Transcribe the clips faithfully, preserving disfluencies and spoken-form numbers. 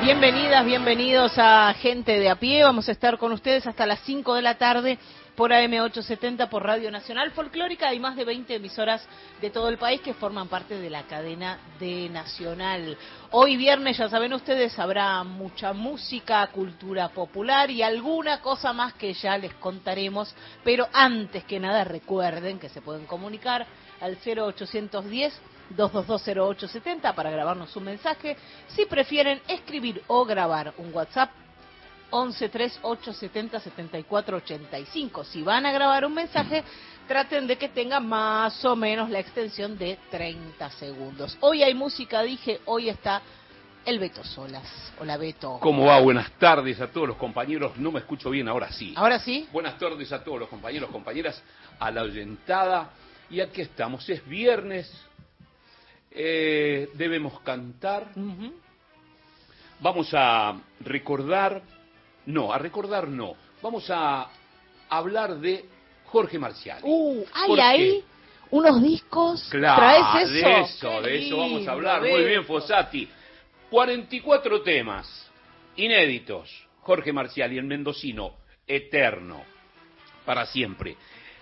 Bienvenidas, bienvenidos a Gente de a Pie. Vamos a estar con ustedes hasta las cinco de la tarde por A M ochocientos setenta, por Radio Nacional Folclórica. Hay más de veinte emisoras de todo el país que forman parte de la cadena de Nacional. Hoy viernes, ya saben ustedes, habrá mucha música, cultura popular y alguna cosa más que ya les contaremos. Pero antes que nada, recuerden que se pueden comunicar al cero ochocientos diez, dos dos dos, cero ocho setenta para grabarnos un mensaje. Si prefieren escribir o grabar un WhatsApp, once tres ocho setenta setenta y cuatro ochenta y cinco. Si van a grabar un mensaje, traten de que tenga más o menos la extensión de treinta segundos. Hoy hay música, dije, hoy está el Beto Solas. Hola, Beto. ¿Cómo va? Buenas tardes a todos los compañeros. No me escucho bien, ahora sí. ¿Ahora sí? Buenas tardes a todos los compañeros, compañeras, a la oyentada. Y aquí estamos, es viernes, eh, debemos cantar. Uh-huh. Vamos a recordar... No, a recordar no. Vamos a hablar de Jorge Marciali. Uh, hay ahí unos discos. Claro, ¿Traes eso? de eso, de eso vamos a hablar. Muy bien, Fossati. cuarenta y cuatro temas inéditos. Jorge Marciali, el mendocino, eterno, para siempre.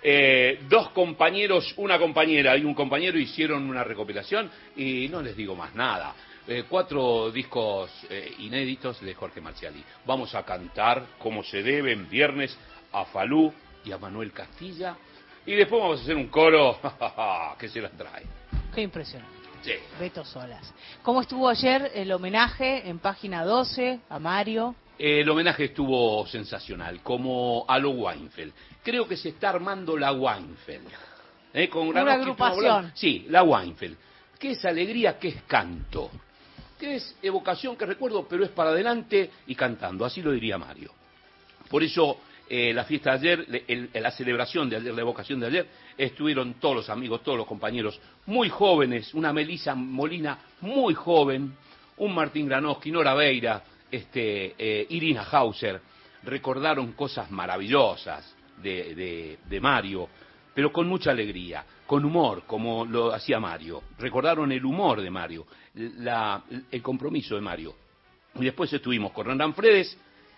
Eh, dos compañeros, una compañera y un compañero hicieron una recopilación y no les digo más nada. Eh, cuatro discos eh, inéditos de Jorge Marciali. Vamos a cantar como se debe en viernes a Falú y a Manuel Castilla. Y después vamos a hacer un coro que se las trae. Qué impresionante. Sí. Beto Solas. ¿Cómo estuvo ayer el homenaje en página doce a Mario? El homenaje estuvo sensacional, como a lo Weinfeld. Creo que se está armando la Weinfeld. ¿Eh? Con una agrupación. Sí, la Weinfeld. ¿Qué es alegría? ¿Qué es canto? Que es evocación, que recuerdo, pero es para adelante y cantando, así lo diría Mario. Por eso, eh, la fiesta de ayer, el, el, la celebración de ayer, la evocación de ayer, estuvieron todos los amigos, todos los compañeros, muy jóvenes, una Melisa Molina muy joven, un Martín Granoski, Nora Beira, este, eh, Irina Hauser, recordaron cosas maravillosas de, de, de Mario, pero con mucha alegría, con humor, como lo hacía Mario. Recordaron el humor de Mario, la, el compromiso de Mario. Y después estuvimos con Hernán Fredes,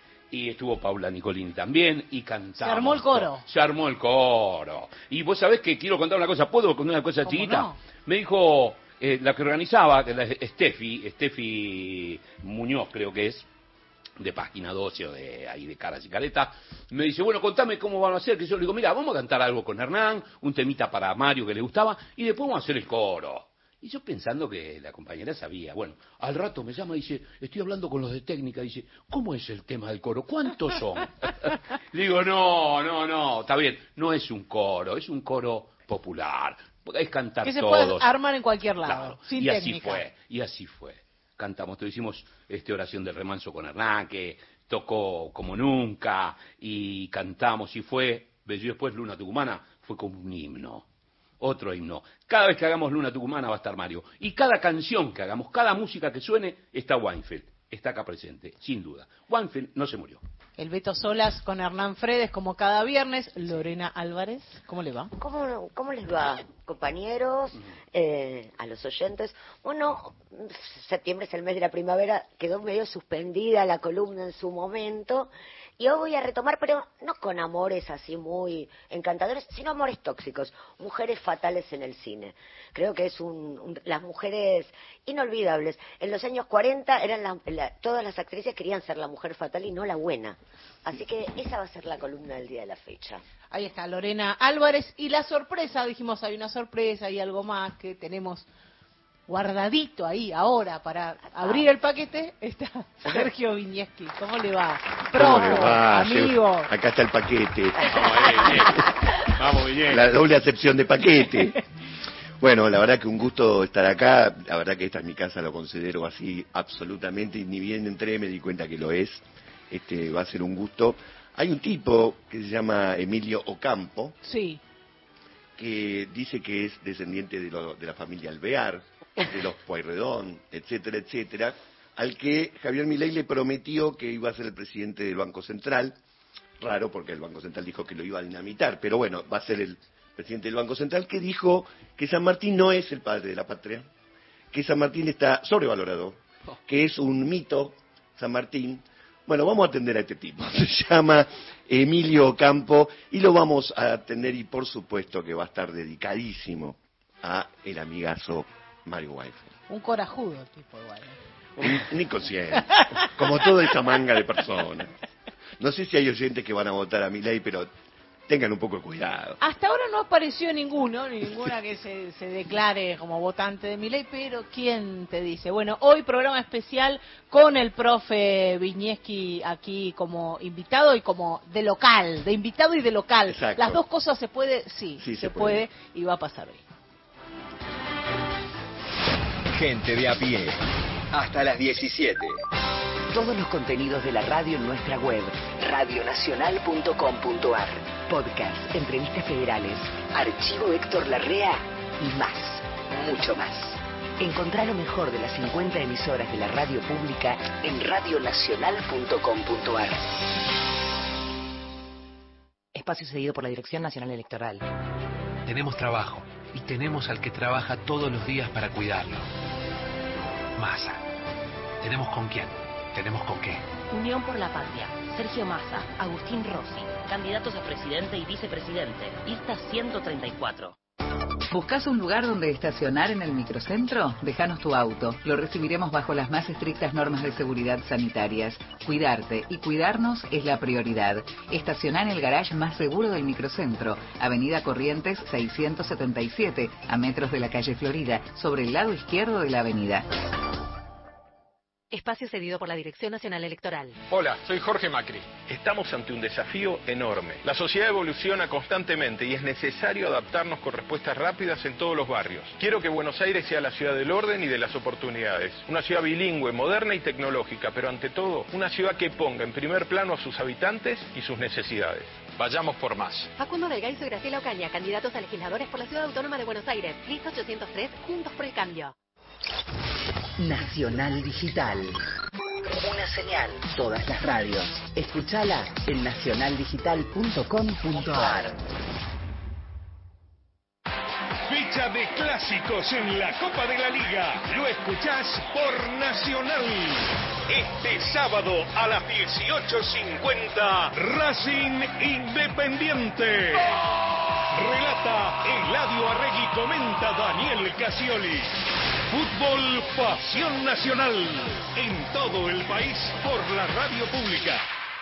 y estuvo Paula Nicolini también, y cantamos. Se armó el coro. Se armó el coro. Y vos sabés que quiero contar una cosa, ¿puedo contar una cosa chiquita? No? Me dijo eh, la que organizaba, la Steffi, Steffi Muñoz creo que es, de página doce o de ahí de Caras y Careta, me dice, bueno, contame cómo van a hacer, que yo le digo, mira, vamos a cantar algo con Hernán, un temita para Mario que le gustaba, y después vamos a hacer el coro. Y yo pensando que la compañera sabía, bueno, al rato me llama y dice, estoy hablando con los de técnica, dice, ¿cómo es el tema del coro? ¿Cuántos son? Le digo, no, no, no, está bien, no es un coro, es un coro popular, es cantar todos. Que se puede armar en cualquier lado, claro, sin y técnica. así fue, y así fue. Cantamos, te hicimos este, oración del remanso con Hernán, que tocó como nunca, y cantamos, y fue, y después Luna Tucumana, fue como un himno, otro himno. Cada vez que hagamos Luna Tucumana va a estar Mario, y cada canción que hagamos, cada música que suene, está Weinfeld, está acá presente, sin duda. Weinfeld no se murió. El Beto Solas con Hernán Fredes, como cada viernes. Lorena Álvarez, ¿cómo le va? ¿Cómo, cómo les va, compañeros, eh, a los oyentes? Bueno, septiembre es el mes de la primavera, quedó medio suspendida la columna en su momento, y hoy voy a retomar, pero no con amores así muy encantadores, sino amores tóxicos, mujeres fatales en el cine. Creo que es un, un las mujeres inolvidables. En los años cuarenta eran la, la, todas las actrices querían ser la mujer fatal y no la buena. Así que esa va a ser la columna del día de la fecha. Ahí está Lorena Álvarez. Y la sorpresa, dijimos, hay una sorpresa, hay algo más que tenemos guardadito ahí ahora para abrir el paquete. Está Sergio Vinieski. ¿Cómo le va? ¿Cómo le va? Amigo. Acá está el paquete. Vamos bien, vamos bien. La doble acepción de paquete. Bueno, la verdad que un gusto estar acá. La verdad que esta es mi casa, lo considero así absolutamente. Y ni bien entré me di cuenta que lo es. Este va a ser un gusto. Hay un tipo que se llama Emilio Ocampo. Sí. Que dice que es descendiente de, lo, de la familia Alvear, de los Pueyrredón, etcétera, etcétera, al que Javier Milei le prometió que iba a ser el presidente del Banco Central. Raro, porque el Banco Central dijo que lo iba a dinamitar, pero bueno, va a ser el presidente del Banco Central, que dijo que San Martín no es el padre de la patria, que San Martín está sobrevalorado, que es un mito, San Martín. Bueno, vamos a atender a este tipo. Se llama Emilio Ocampo y lo vamos a atender y por supuesto que va a estar dedicadísimo a el amigazo Mario Weinfeld. Un corajudo el tipo igual. Un, un inconsciente, como toda esa manga de personas. No sé si hay oyentes que van a votar a Milei, pero tengan un poco de cuidado. Hasta ahora no apareció ninguno, ninguna que se, se declare como votante de Milei, pero ¿quién te dice? Bueno, hoy programa especial con el profe Viñeski aquí como invitado y como de local, de invitado y de local. Exacto. Las dos cosas se puede, sí, sí se, se puede. puede y va a pasar hoy. Gente de a pie, hasta las diecisiete. Todos los contenidos de la radio en nuestra web, radio nacional punto com punto a r. Podcast, entrevistas federales, archivo Héctor Larrea y más, mucho más. Encontrá lo mejor de las cincuenta emisoras de la radio pública en radio nacional punto com punto a r. Espacio cedido por la Dirección Nacional Electoral. Tenemos trabajo y tenemos al que trabaja todos los días para cuidarlo. Massa. ¿Tenemos con quién? ¿Tenemos con qué? Unión por la Patria. Sergio Massa, Agustín Rossi, candidatos a presidente y vicepresidente. Lista ciento treinta y cuatro. ¿Buscás un lugar donde estacionar en el microcentro? Déjanos tu auto. Lo recibiremos bajo las más estrictas normas de seguridad sanitarias. Cuidarte y cuidarnos es la prioridad. Estacioná en el garage más seguro del microcentro, Avenida Corrientes seiscientos setenta y siete, a metros de la calle Florida, sobre el lado izquierdo de la avenida. Espacio cedido por la Dirección Nacional Electoral. Hola, soy Jorge Macri. Estamos ante un desafío enorme. La sociedad evoluciona constantemente y es necesario adaptarnos con respuestas rápidas en todos los barrios. Quiero que Buenos Aires sea la ciudad del orden y de las oportunidades. Una ciudad bilingüe, moderna y tecnológica, pero ante todo, una ciudad que ponga en primer plano a sus habitantes y sus necesidades. Vayamos por más. Facundo Delgaizo y Graciela Ocaña, candidatos a legisladores por la Ciudad Autónoma de Buenos Aires. Lista ochocientos tres, Juntos por el Cambio. Nacional Digital. Una señal. Todas las radios. Escúchala en nacional digital punto com punto a r. Fecha de clásicos en la Copa de la Liga. Lo escuchás por Nacional. Este sábado a las dieciocho cincuenta, Racing Independiente. Relata Eladio Arregui, comenta Daniel Casioli. Fútbol Pasión Nacional. En todo el país por la radio pública.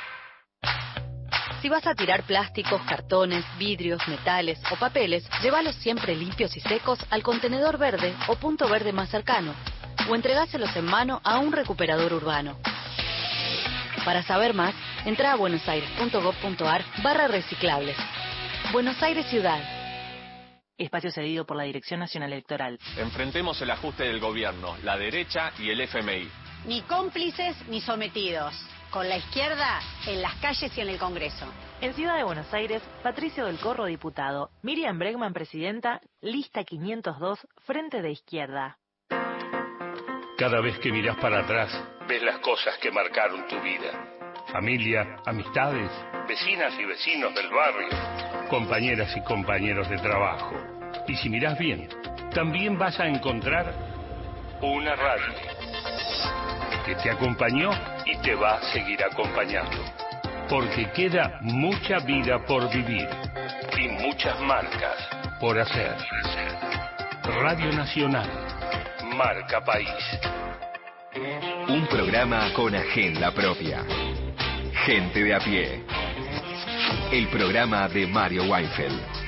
Si vas a tirar plásticos, cartones, vidrios, metales o papeles, llévalos siempre limpios y secos al contenedor verde o punto verde más cercano, o entregáselos en mano a un recuperador urbano. Para saber más, entra a buenosaires punto gov punto a r barra reciclables. Buenos Aires Ciudad. Espacio cedido por la Dirección Nacional Electoral. Enfrentemos el ajuste del gobierno, la derecha y el F M I. Ni cómplices ni sometidos. Con la izquierda en las calles y en el Congreso. En Ciudad de Buenos Aires, Patricio del Corro, diputado. Miriam Bregman, presidenta. Lista quinientos dos, Frente de Izquierda. Cada vez que mirás para atrás, ves las cosas que marcaron tu vida. Familia, amistades, vecinas y vecinos del barrio, compañeras y compañeros de trabajo. Y si mirás bien, también vas a encontrar una radio que te acompañó y te va a seguir acompañando. Porque queda mucha vida por vivir y muchas marcas por hacer. Radio Nacional, marca país. Un programa con agenda propia. Gente de a pie. El programa de Mario Weinfeld.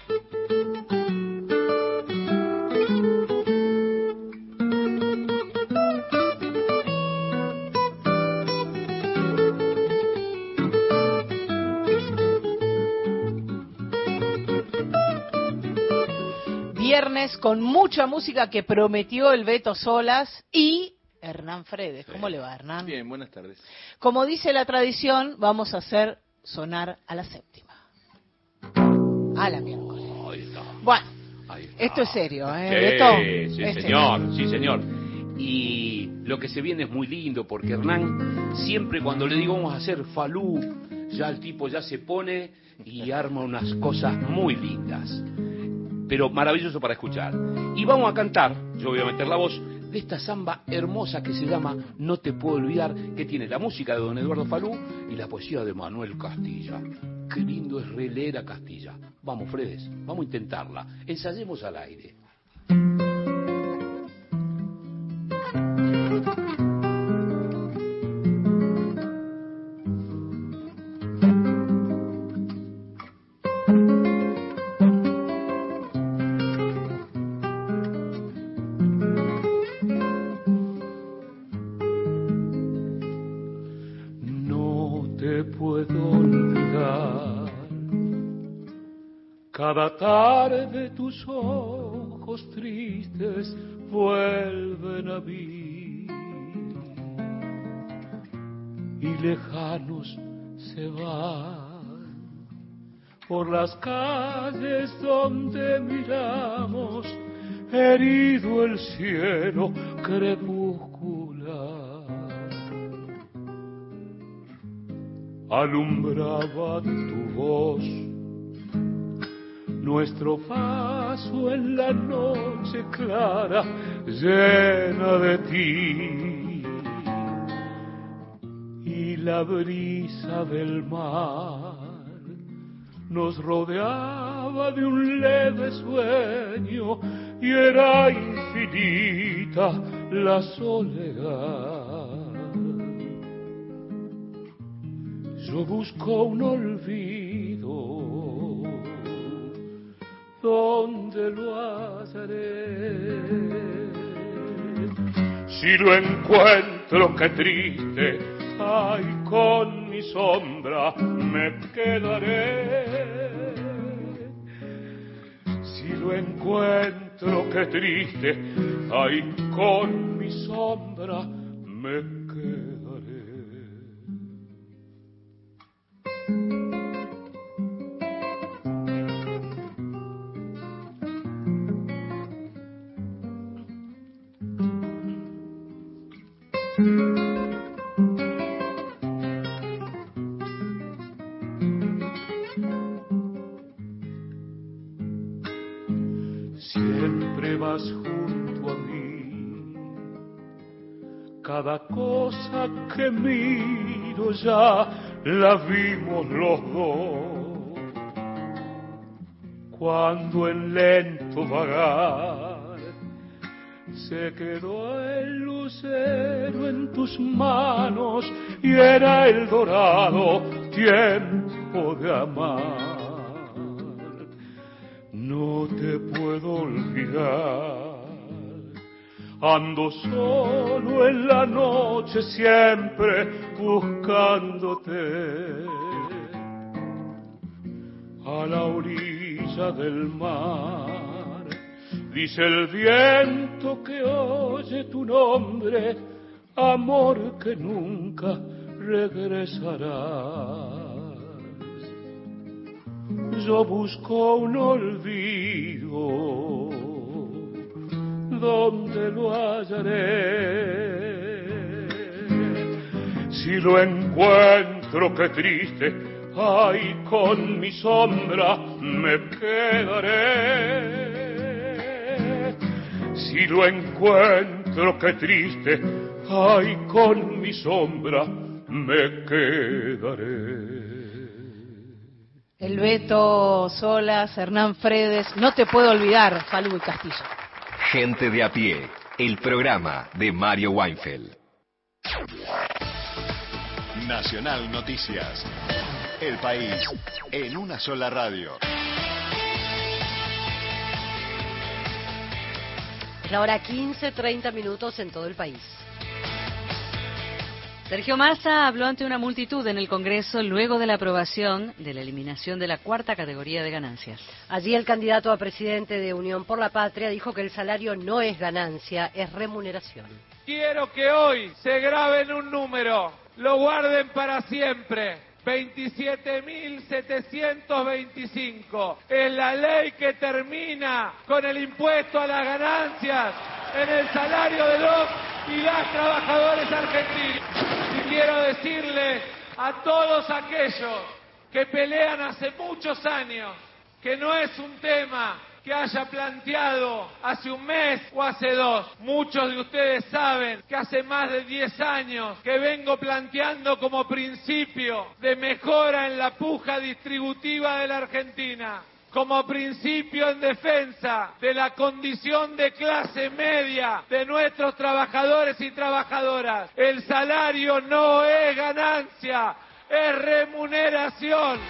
Viernes con mucha música que prometió el Beto Solas y Hernán Fredes. ¿Cómo sí le va, Hernán? Bien, buenas tardes. Como dice la tradición, vamos a hacer sonar a la séptima. A la miércoles. Ahí está. Bueno, Ahí está. Esto es serio, ¿eh, Sí, Beto? sí, Es señor, serio. sí, señor. Y lo que se viene es muy lindo, porque Hernán, siempre cuando le digo vamos a hacer Falú, ya el tipo ya se pone y arma unas cosas muy lindas. Pero maravilloso para escuchar. Y vamos a cantar, yo voy a meter la voz, de esta samba hermosa que se llama No te puedo olvidar, que tiene la música de don Eduardo Falú y la poesía de Manuel Castilla. Qué lindo es releer a Castilla. Vamos, Fredes, vamos a intentarla. Ensayemos al aire. Cada tarde tus ojos tristes vuelven a mí y lejanos se van por las calles donde miramos herido el cielo crepuscular. Alumbraba tu voz nuestro paso en la noche clara, llena de ti, y la brisa del mar nos rodeaba de un leve sueño, y era infinita la soledad. Yo busco un olvido, ¿dónde lo hallaré? Si lo encuentro, qué triste, ay, con mi sombra me quedaré. Si lo encuentro, qué triste, ay, con mi sombra me quedaré. Siempre vas junto a mí, cada cosa que miro ya la vimos los dos, cuando en lento vagar se quedó el lucero en tus manos y era el dorado tiempo de amar. No te puedo olvidar, ando solo en la noche siempre buscándote. A la orilla del mar dice el viento que oye tu nombre, amor que nunca regresarás. Yo busco un olvido, ¿dónde lo hallaré? Si lo encuentro, qué triste, ay, con mi sombra me quedaré. Si lo encuentro, qué triste, ay, con mi sombra me quedaré. El Beto, Solas, Hernán Fredes, no te puedo olvidar, Falú y Castillo. Gente de a pie, el programa de Mario Weinfeld. Nacional Noticias. El país en una sola radio. Es la hora quince, treinta minutos en todo el país. Sergio Massa habló ante una multitud en el Congreso luego de la aprobación de la eliminación de la cuarta categoría de ganancias. Allí el candidato a presidente de Unión por la Patria dijo que el salario no es ganancia, es remuneración. Quiero que hoy se graben un número, lo guarden para siempre. veintisiete mil setecientos veinticinco. Es la ley que termina con el impuesto a las ganancias en el salario de los y las trabajadores argentinos. Y quiero decirle a todos aquellos que pelean hace muchos años que no es un tema que haya planteado hace un mes o hace dos. Muchos de ustedes saben que hace más de diez años que vengo planteando como principio de mejora en la puja distributiva de la Argentina, como principio en defensa de la condición de clase media de nuestros trabajadores y trabajadoras. El salario no es ganancia, es remuneración.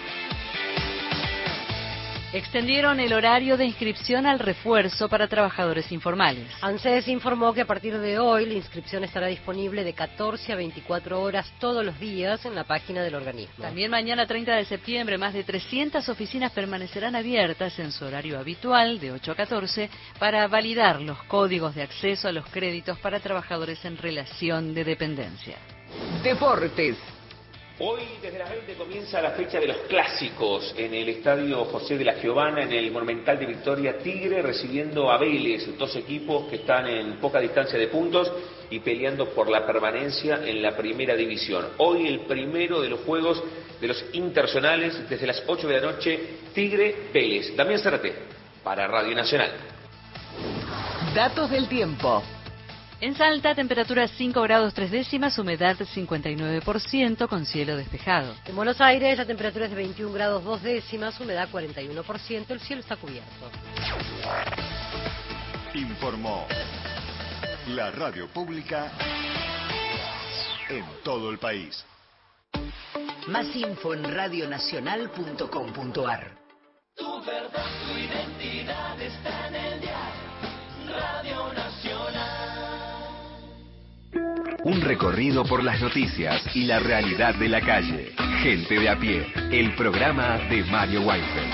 Extendieron el horario de inscripción al refuerzo para trabajadores informales. ANSES informó que a partir de hoy la inscripción estará disponible de catorce a veinticuatro horas todos los días en la página del organismo. También mañana treinta de septiembre más de trescientas oficinas permanecerán abiertas en su horario habitual de ocho a catorce para validar los códigos de acceso a los créditos para trabajadores en relación de dependencia. Deportes. Hoy desde las veinte comienza la fecha de los clásicos en el Estadio José de la Giovana, en el Monumental de Victoria. Tigre recibiendo a Vélez, dos equipos que están en poca distancia de puntos y peleando por la permanencia en la primera división. Hoy el primero de los juegos de los interzonales desde las ocho de la noche, Tigre-Vélez. Damián Zárate, para Radio Nacional. Datos del tiempo. En Salta, temperatura cinco grados tres décimas, humedad cincuenta y nueve por ciento, con cielo despejado. En Buenos Aires, la temperatura es de veintiún grados dos décimas, humedad cuarenta y uno por ciento, el cielo está cubierto. Informó la radio pública en todo el país. Más info en radio nacional punto com punto ar. Tu verdad, tu identidad está en el diario Radio Nacional. Un recorrido por las noticias y la realidad de la calle. Gente de a pie, el programa de Mario Weinfeld.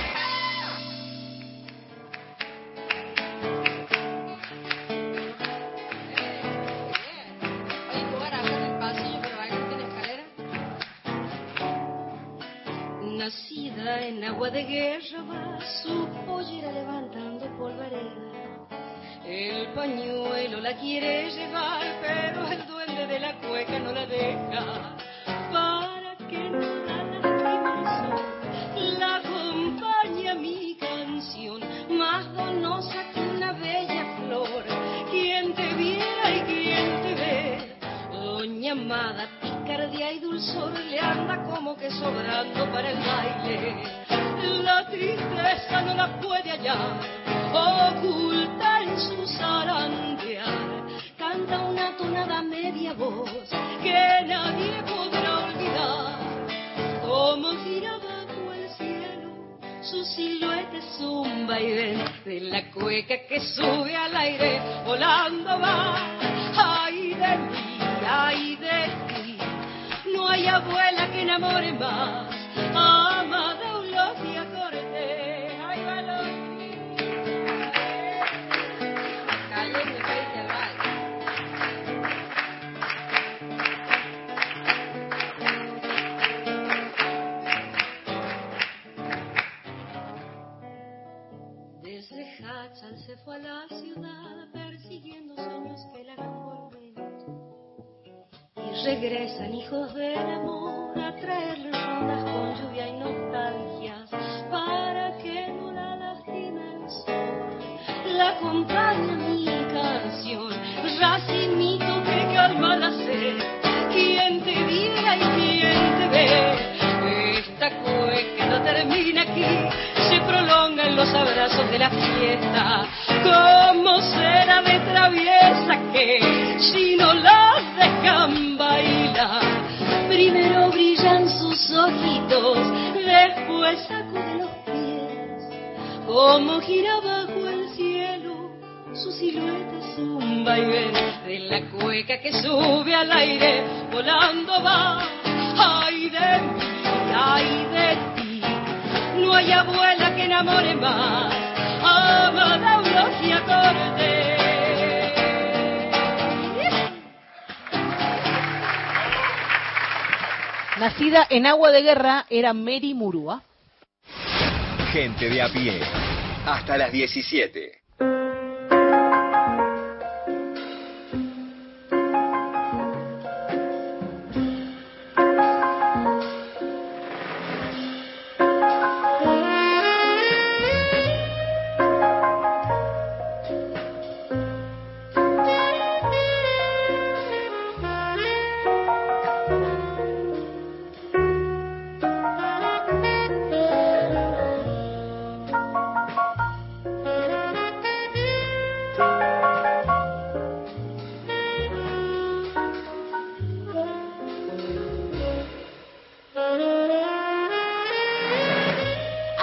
Nacida en agua de guerra va su pollera levantando polvareda. El pañuelo la quiere llevar, pero el duende de la cueca no la deja. Para que no la lastime el sol, la acompaña mi canción, más donosa que una bella flor. Quien te viera y quien te ve, doña amada, picardía y dulzor, le anda como que sobrando para el baile. La tristeza no la puede hallar, oculta en su zarandear. Canta una tonada media voz que nadie podrá olvidar. Como gira bajo el cielo, su silueta es un vaivén de la cueca que sube al aire, volando va. Ay de mí, ay de ti, no hay abuela que enamore más. Amada Eulalia Cortés, ay Valor. Cayendo caíste al baile. Desde Hachal se fue a la ciudad persiguiendo sueños que la harán volver. Y regresan hijos del amor a traerle rondas con lluvia y nostalgias para que no la lastime el sol. La acompaña mi canción, racimito que calma la sed. Quien te viera y quien te ve, esta cueca no termina aquí, se prolonga en los abrazos de la fiesta. ¿Cómo será de traviesa que si no las dejan bailar? Primero brillan sus ojitos, después sacude los pies. Como gira bajo el cielo, su silueta es un vaivén de la cueca que sube al aire, volando va. Ay de mí, ay de ti, no hay abuela que enamore más. Amada Eulalia Cortés. Nacida en agua de guerra, era Mary Murúa. Gente de a pie, hasta las diecisiete.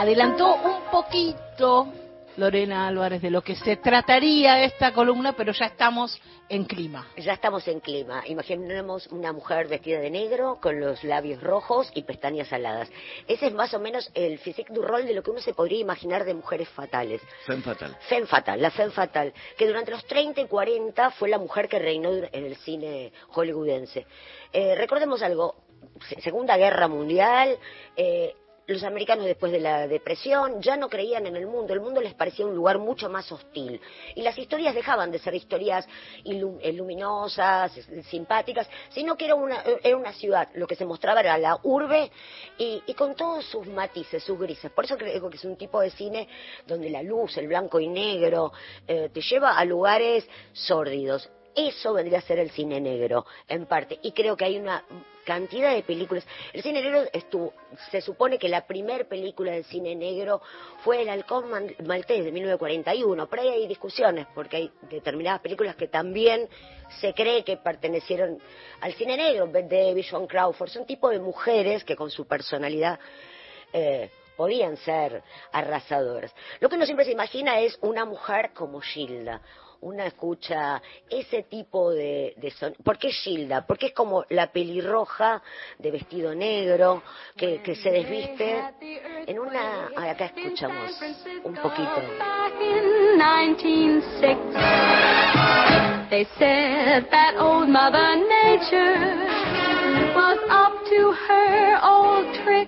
adelantó un poquito Lorena Álvarez de lo que se trataría esta columna, pero ya estamos en clima. Ya estamos en clima. Imaginemos una mujer vestida de negro, con los labios rojos y pestañas aladas. Ese es más o menos el physique du rôle de lo que uno se podría imaginar de mujeres fatales. Femme fatale. Femme fatale, la femme fatale, que durante los treinta y cuarenta fue la mujer que reinó en el cine hollywoodense. Eh, recordemos algo, Segunda Guerra Mundial, eh, los americanos después de la depresión ya no creían en el mundo, el mundo les parecía un lugar mucho más hostil y las historias dejaban de ser historias ilum luminosas, simpáticas, sino que era una, era una ciudad, lo que se mostraba era la urbe y, y con todos sus matices, sus grises. Por eso creo que es un tipo de cine donde la luz, el blanco y negro, eh, te lleva a lugares sórdidos. Eso vendría a ser el cine negro, en parte, y creo que hay una cantidad de películas. El cine negro estuvo, se supone que la primer película del cine negro fue El Halcón Maltés de mil novecientos cuarenta y uno, pero ahí hay discusiones, porque hay determinadas películas que también se cree que pertenecieron al cine negro. Bette Davis, Joan Crawford, son tipo de mujeres que con su personalidad eh, podían ser arrasadoras. Lo que uno siempre se imagina es una mujer como Gilda. Una escucha ese tipo de, de son... ¿Por qué Gilda? Porque es como la pelirroja de vestido negro que, que se desviste en una... Ah, acá escuchamos un poquito. They said that old Mother Nature was up to her old trick.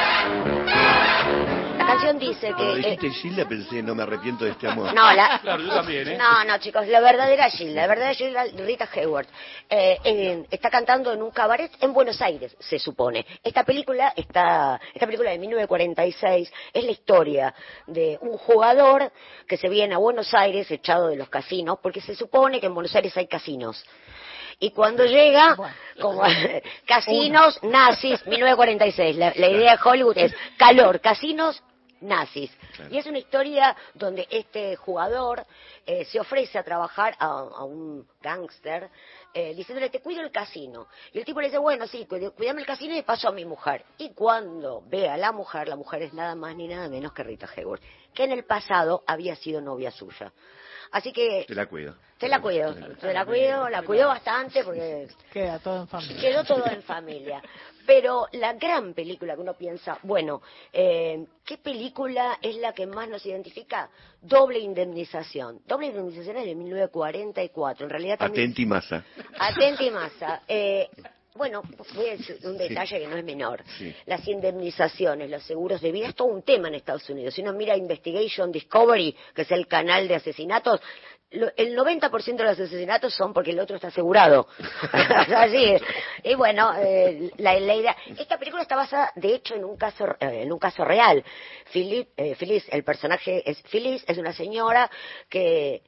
La canción dice que... Cuando dijiste Gilda pensé, no me arrepiento de este amor. No, la... Claro, yo también, ¿eh? No, no, chicos, la verdadera Gilda, la verdadera Gilda, Rita Hayworth, eh, en, está cantando en un cabaret en Buenos Aires, se supone. Esta película, está, esta película de mil novecientos cuarenta y seis, es la historia de un jugador que se viene a Buenos Aires echado de los casinos, porque se supone que en Buenos Aires hay casinos. Y cuando llega, bueno, como casinos, una. nazis, mil novecientos cuarenta y seis, la, la idea de Hollywood es calor, casinos, nazis. Claro. Y es una historia donde este jugador eh, se ofrece a trabajar a, a un gángster eh, diciéndole, te cuido el casino. Y el tipo le dice, bueno, sí, cuídame el casino y paso a mi mujer. Y cuando ve a la mujer, la mujer es nada más ni nada menos que Rita Hayworth, que en el pasado había sido novia suya. Así que... Te la cuido. Te la cuido, te la cuido, la cuido bastante porque... Queda todo en familia. Quedó todo en familia. Pero la gran película que uno piensa, bueno, eh, ¿qué película es la que más nos identifica? Doble Indemnización. Doble Indemnización es de mil novecientos cuarenta y cuatro. En realidad también... Atenti masa. Atenti masa. Eh, bueno, voy a decir un detalle sí. que no es menor. Sí. Las indemnizaciones, los seguros de vida, es todo un tema en Estados Unidos. Si uno mira Investigation Discovery, que es el canal de asesinatos, lo, el noventa por ciento de los asesinatos son porque el otro está asegurado. Así es. Y bueno, eh, la, la idea... Esta película está basada, de hecho, en un caso, eh, en un caso real. Phyllis, eh, Phyllis, el personaje es Phyllis, es una señora que...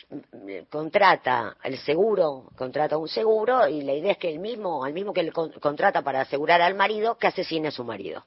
contrata el seguro, contrata un seguro y la idea es que el mismo, al mismo que le con, contrata para asegurar al marido, que asesine a su marido.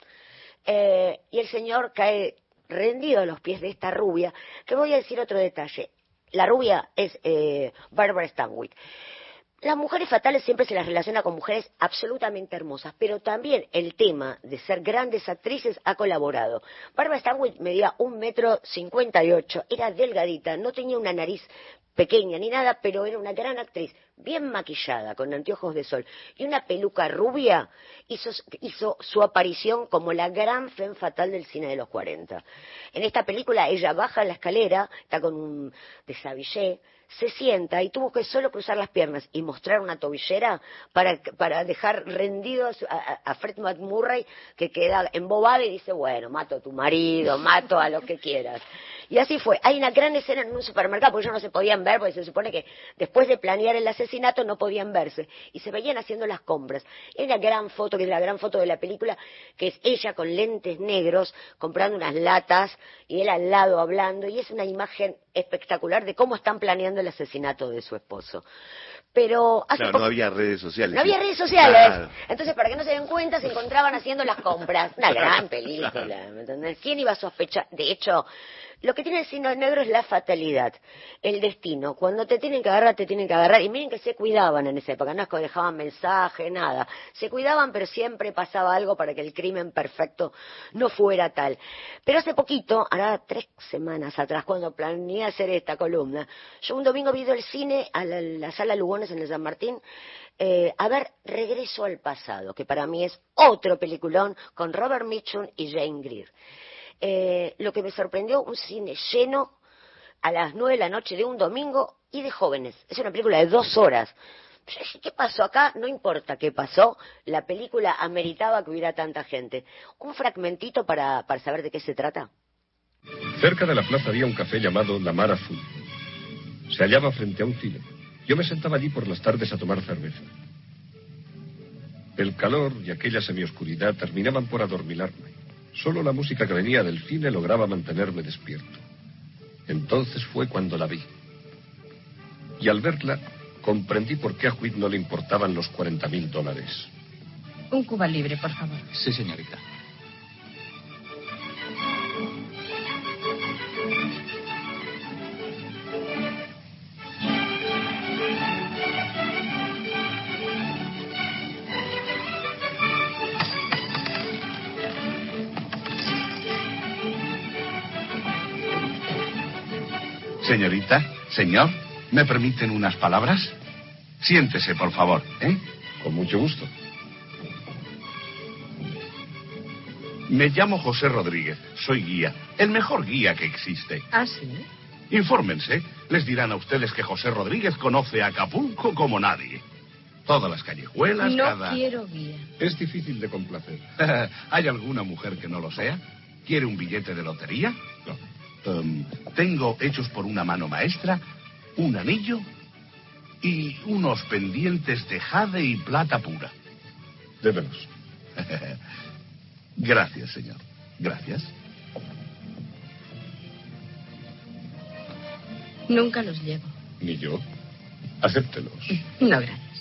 Eh, y el señor cae rendido a los pies de esta rubia, que voy a decir otro detalle. La rubia es eh, Barbara Stanwyck. Las mujeres fatales siempre se las relaciona con mujeres absolutamente hermosas, pero también el tema de ser grandes actrices ha colaborado. Barbara Stanwyck medía un metro cincuenta y ocho, era delgadita, no tenía una nariz pequeña ni nada, pero era una gran actriz, bien maquillada, con anteojos de sol y una peluca rubia, hizo, hizo su aparición como la gran femme fatal del cine de los cuarenta. En esta película ella baja la escalera, está con un deshabillé, se sienta y tuvo que solo cruzar las piernas y mostrar una tobillera para, para dejar rendidos a, a Fred McMurray, que queda embobado y dice, bueno, mato a tu marido, mato a lo que quieras. Y así fue. Hay una gran escena en un supermercado, porque ellos no se podían ver, porque se supone que después de planear el asesinato no podían verse, y se veían haciendo las compras. Hay una gran foto, que es la gran foto de la película, que es ella con lentes negros, comprando unas latas, y él al lado hablando, y es una imagen espectacular de cómo están planeando el asesinato de su esposo. Pero hace Claro, poco... no había redes sociales. No sí. había redes sociales. Claro. Entonces, para que no se den cuenta, se encontraban haciendo las compras. Una gran película, ¿me entendés? ¿Quién iba a sospechar? De hecho, lo que tiene el cine negro es la fatalidad, el destino. Cuando te tienen que agarrar, te tienen que agarrar. Y miren que se cuidaban en esa época, no es que dejaban mensaje, nada. Se cuidaban, pero siempre pasaba algo para que el crimen perfecto no fuera tal. Pero hace poquito, hará tres semanas atrás, cuando planeé hacer esta columna, yo un domingo vi al cine, a la, la sala Lugones en el San Martín, eh, a ver Regreso al pasado, que para mí es otro peliculón con Robert Mitchum y Jane Greer. Eh, lo que me sorprendió, un cine lleno a las nueve de la noche de un domingo y de jóvenes. Es una película de dos horas. Yo dije, ¿qué pasó acá? No importa qué pasó, la película ameritaba que hubiera tanta gente. Un fragmentito para, para saber de qué se trata. Cerca de la plaza había un café llamado La Mar Azul. Se hallaba frente a un cine. Yo me sentaba allí por las tardes a tomar cerveza. El calor y aquella semioscuridad terminaban por adormilarme. Solo la música que venía del cine lograba mantenerme despierto. Entonces fue cuando la vi. Y al verla, comprendí por qué a Whit no le importaban los cuarenta mil dólares. Un Cuba Libre, por favor. Sí, señorita. Señorita, señor, ¿me permiten unas palabras? Siéntese, por favor, ¿eh? Con mucho gusto. Me llamo José Rodríguez, soy guía, el mejor guía que existe. ¿Ah, sí? Infórmense, les dirán a ustedes que José Rodríguez conoce Acapulco como nadie. Todas las callejuelas, No cada... quiero guía. Es difícil de complacer. ¿Hay alguna mujer que no lo sea? ¿Quiere un billete de lotería? No. Um, tengo hechos por una mano maestra, un anillo y unos pendientes de jade y plata pura. Démelos. Gracias, señor. Gracias. Nunca los llevo. Ni yo. Acéptelos. No, gracias.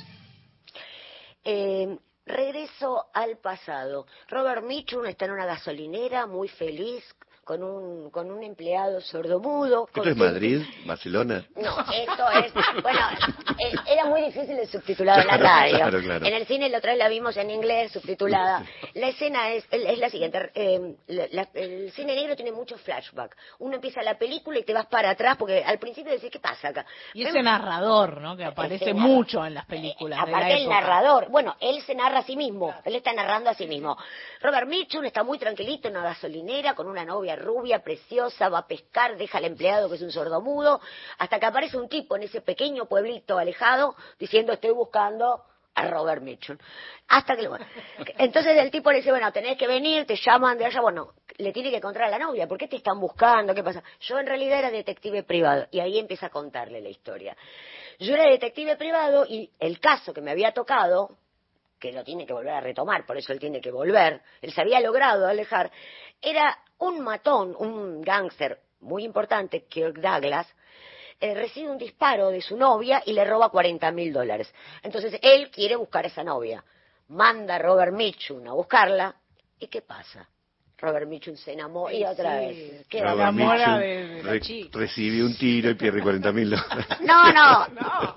Eh, regreso al pasado. Robert Mitchum está en una gasolinera muy feliz con un con un empleado sordomudo. ¿Esto es Madrid? ¿Barcelona? No, esto es... Bueno, eh, era muy difícil de subtitular en la radio. Claro, claro. En el cine la otra vez la vimos en inglés, subtitulada. La escena es, es la siguiente. Eh, la, la, el cine negro tiene mucho flashback. Uno empieza la película y te vas para atrás porque al principio decís, ¿qué pasa acá? Y ese narrador, ¿no? Que aparece Ese mucho en las películas de la Aparte el época. narrador, bueno, él se narra a sí mismo, él está narrando a sí mismo. Robert Mitchum está muy tranquilito en una gasolinera con una novia rubia, preciosa, va a pescar, deja al empleado que es un sordomudo, hasta que aparece un tipo en ese pequeño pueblito alejado diciendo estoy buscando a Robert Mitchum. Hasta que, bueno, entonces el tipo le dice, bueno, tenés que venir, te llaman de allá, bueno, le tiene que encontrar a la novia, ¿por qué te están buscando? ¿Qué pasa? Yo en realidad era detective privado, y ahí empieza a contarle la historia. Yo era detective privado y el caso que me había tocado, que lo tiene que volver a retomar, por eso él tiene que volver, él se había logrado alejar, era un matón, un gángster muy importante, Kirk Douglas, eh, recibe un disparo de su novia y le roba cuarenta mil dólares. Entonces él quiere buscar a esa novia, manda a Robert Mitchum a buscarla, ¿y qué pasa? Robert Mitchum se enamora y otra Sí. vez. Se Queda enamora de, de la Re- chica. recibe un tiro y pierde cuarenta mil dólares. No, no,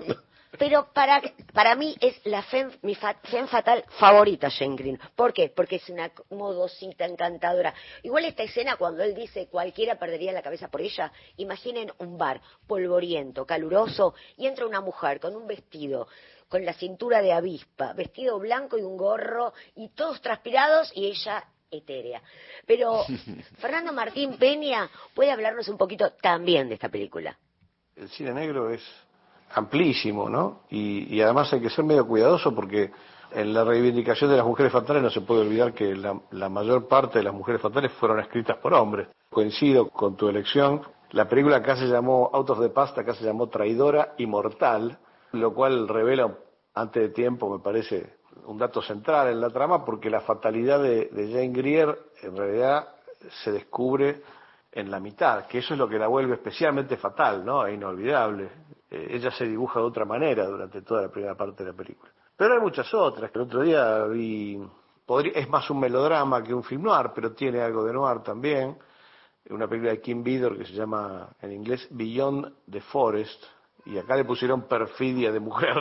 pero para para mí es la femme, mi fa, femme fatal favorita, Jane Greer. ¿Por qué? Porque es una modosita encantadora. Igual esta escena cuando él dice cualquiera perdería la cabeza por ella, imaginen un bar polvoriento, caluroso, y entra una mujer con un vestido, con la cintura de avispa, vestido blanco y un gorro, y todos transpirados, y ella etérea. Pero Fernando Martín Peña puede hablarnos un poquito también de esta película. El cine negro es amplísimo, ¿no? Y, y además hay que ser medio cuidadoso porque en la reivindicación de las mujeres fatales no se puede olvidar que la, la mayor parte de las mujeres fatales fueron escritas por hombres. Coincido con tu elección. La película acá se llamó Out of the Past, acá se llamó Traidora y Mortal, lo cual revela antes de tiempo, me parece, un dato central en la trama, porque la fatalidad de, de Jane Greer en realidad se descubre en la mitad, que eso es lo que la vuelve especialmente fatal, ¿no? E inolvidable. eh, ella se dibuja de otra manera durante toda la primera parte de la película. Pero hay muchas otras, que el otro día vi, podría, es más un melodrama que un film noir, pero tiene algo de noir también, una película de Kim Vidor que se llama en inglés Beyond the Forest, y acá le pusieron Perfidia de mujer,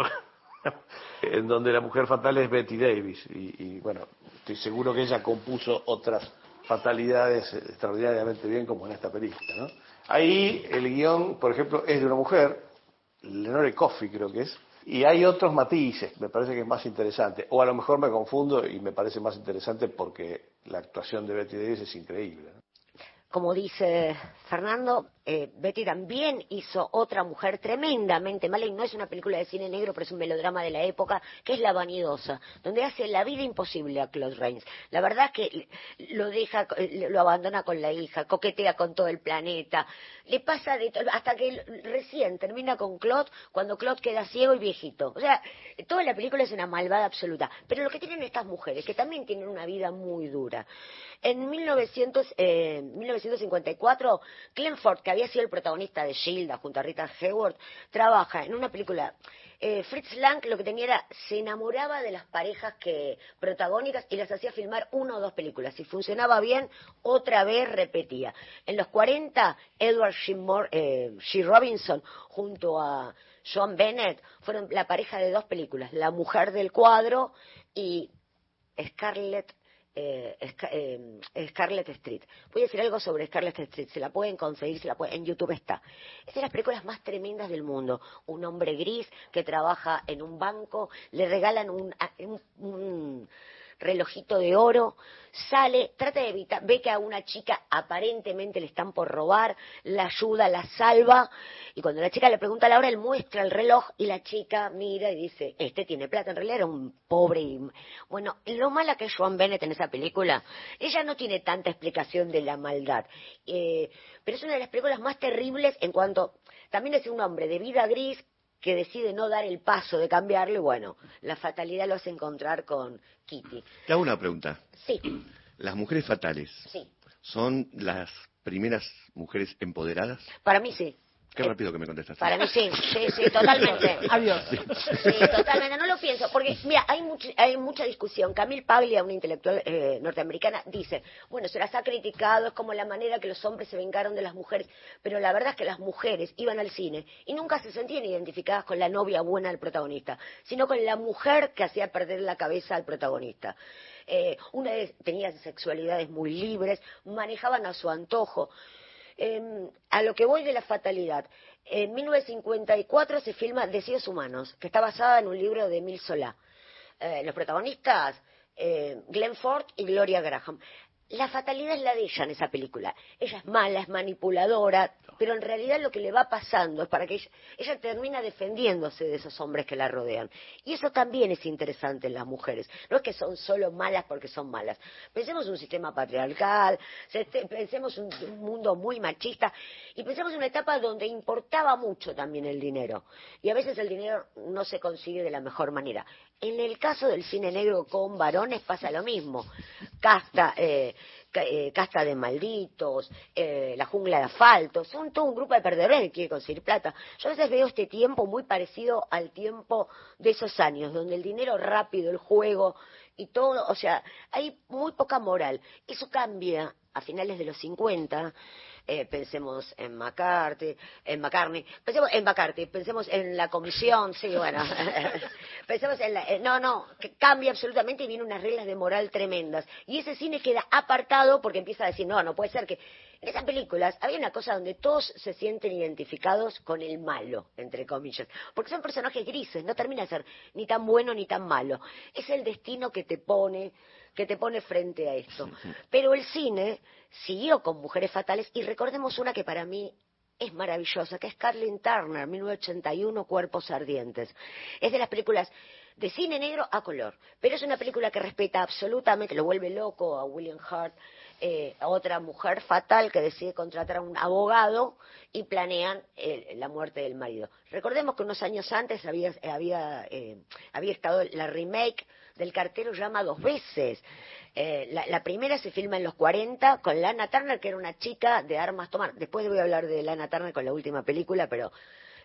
en donde la mujer fatal es Betty Davis, y, y bueno, estoy seguro que ella compuso otras fatalidades extraordinariamente bien como en esta película, ¿no? Ahí el guión, por ejemplo, es de una mujer, Lenore Coffey creo que es, y hay otros matices, me parece que es más interesante, o a lo mejor me confundo y me parece más interesante porque la actuación de Betty Davis es increíble, ¿no? Como dice Fernando, eh, Betty también hizo otra mujer tremendamente mala, y no es una película de cine negro, pero es un melodrama de la época, que es La Vanidosa, donde hace la vida imposible a Claude Rains. La verdad es que lo deja, lo abandona con la hija, coquetea con todo el planeta, le pasa de todo, hasta que recién termina con Claude, cuando Claude queda ciego y viejito. O sea, toda la película es una malvada absoluta. Pero lo que tienen estas mujeres, que también tienen una vida muy dura. En mil novecientos, eh, mil novecientos cincuenta y cuatro, Glenn Ford, que había sido el protagonista de Gilda junto a Rita Hayworth, trabaja en una película. Eh, Fritz Lang lo que tenía era, se enamoraba de las parejas que protagónicas y las hacía filmar una o dos películas. Si funcionaba bien, otra vez repetía. En los cuarenta, Edward G. Moore, eh, G. Robinson junto a Joan Bennett fueron la pareja de dos películas, La Mujer del Cuadro y Scarlett Eh, eh, Scarlet Street. Voy a decir algo sobre Scarlet Street, se la pueden conseguir, se la pueden, en YouTube está. Es de las películas más tremendas del mundo. Un hombre gris que trabaja en un banco, le regalan un, un, un relojito de oro, sale, trata de evitar, ve que a una chica aparentemente le están por robar, la ayuda, la salva, y cuando la chica le pregunta la hora, él muestra el reloj y la chica mira y dice, este tiene plata. En realidad era un pobre. Y bueno, lo mala que es Joan Bennett en esa película, ella no tiene tanta explicación de la maldad, eh, pero es una de las películas más terribles en cuanto, también es un hombre de vida gris que decide no dar el paso de cambiarlo, y bueno, la fatalidad lo hace encontrar con Kitty. Te hago una pregunta. Sí. ¿Las mujeres fatales sí. son las primeras mujeres empoderadas? Para mí sí. Qué rápido que me contestaste. Para mí sí, sí, sí, totalmente. Adiós. Sí, totalmente, no lo pienso, porque mira, hay, much, hay mucha discusión. Camille Paglia, una intelectual eh, norteamericana, dice, bueno, se las ha criticado, es como la manera que los hombres se vengaron de las mujeres, pero la verdad es que las mujeres iban al cine y nunca se sentían identificadas con la novia buena del protagonista, sino con la mujer que hacía perder la cabeza al protagonista. Eh, una de, tenía sexualidades muy libres, manejaban a su antojo. Eh, a lo que voy de la fatalidad, en mil novecientos cincuenta y cuatro se filma Deseos Humanos, que está basada en un libro de Emile Zola. Eh, los protagonistas, eh, Glenn Ford y Gloria Graham. La fatalidad es la de ella en esa película. Ella es mala, es manipuladora, pero en realidad lo que le va pasando es para que ella, ella termina defendiéndose de esos hombres que la rodean. Y eso también es interesante en las mujeres. No es que son solo malas porque son malas. Pensemos en un sistema patriarcal, pensemos en un mundo muy machista, y pensemos en una etapa donde importaba mucho también el dinero. Y a veces el dinero no se consigue de la mejor manera. En el caso del cine negro con varones pasa lo mismo. Casta, eh, eh, casta de malditos, eh, La Jungla de Asfalto, son todo un grupo de perdedores que quiere conseguir plata. Yo a veces veo este tiempo muy parecido al tiempo de esos años, donde el dinero rápido, el juego y todo, o sea, hay muy poca moral. Eso cambia a finales de los cincuenta. Eh, pensemos en McCarthy, en McCartney, pensemos en McCarthy, pensemos en la comisión, sí, bueno, pensemos en la, eh, no, no, que cambia absolutamente y vienen unas reglas de moral tremendas. Y ese cine queda apartado porque empieza a decir, no, no puede ser que... En esas películas había una cosa donde todos se sienten identificados con el malo, entre comillas, porque son personajes grises, no termina de ser ni tan bueno ni tan malo. Es el destino que te pone, que te pone frente a esto. Pero el cine siguió con Mujeres Fatales, y recordemos una que para mí es maravillosa, que es Kathleen Turner, mil novecientos ochenta y uno, Cuerpos Ardientes. Es de las películas de cine negro a color, pero es una película que respeta absolutamente, lo vuelve loco a William Hurt, eh, a otra mujer fatal que decide contratar a un abogado y planean eh, la muerte del marido. Recordemos que unos años antes había, había, eh, había estado la remake del Cartero Llama Dos Veces. Eh, la, la primera se filma en los cuarenta con Lana Turner, que era una chica de armas tomar. Después voy a hablar de Lana Turner con la última película, pero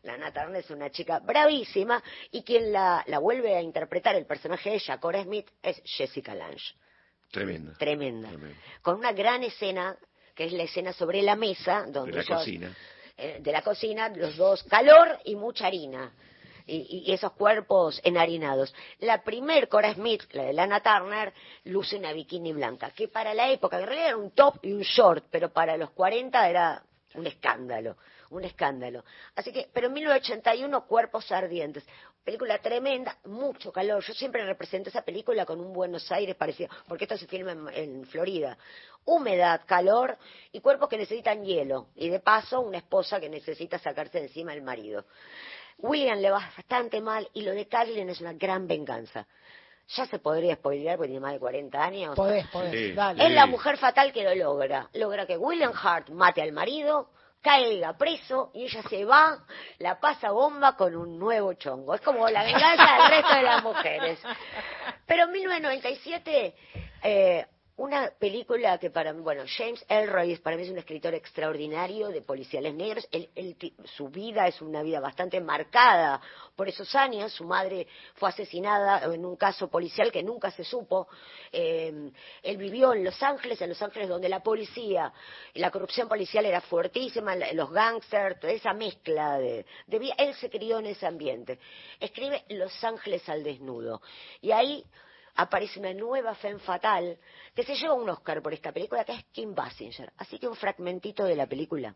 Lana Turner es una chica bravísima y quien la, la vuelve a interpretar, el personaje de ella, Cora Smith, es Jessica Lange. Tremenda. Tremenda. Tremenda. Con una gran escena, que es la escena sobre la mesa, donde De la ellos, cocina. eh, de la cocina, los dos, calor y mucha harina. Y, y esos cuerpos enharinados. La primer Cora Smith, la de Lana Turner, luce una bikini blanca, que para la época, en realidad era un top y un short, pero para los cuarenta era un escándalo, un escándalo. Así que, pero en mil novecientos ochenta y uno, Cuerpos Ardientes, película tremenda, mucho calor. Yo siempre represento esa película con un Buenos Aires parecido, porque esto se filma en, en Florida. Humedad, calor y cuerpos que necesitan hielo. Y de paso, una esposa que necesita sacarse de encima al marido. William le va bastante mal y lo de Kathleen es una gran venganza. Ya se podría spoilear porque tiene más de cuarenta años. Podés, podés, Sí, dale. Es la mujer fatal que lo logra. Logra que William Hart mate al marido, caiga preso y ella se va, la pasa bomba con un nuevo chongo. Es como la venganza del resto de las mujeres. Pero en mil novecientos noventa y siete... Eh, una película que para mí, bueno, James Ellroy para mí es un escritor extraordinario de policiales negros. Él, él, su vida es una vida bastante marcada por esos años. Su madre fue asesinada en un caso policial que nunca se supo. Eh, él vivió en Los Ángeles, en Los Ángeles donde la policía, la corrupción policial era fuertísima, los gángsters, toda esa mezcla de, de vida. Él se crió en ese ambiente. Escribe Los Ángeles al desnudo. Y ahí aparece una nueva femme fatal que se lleva un Oscar por esta película, que es Kim Basinger. Así que un fragmentito de la película.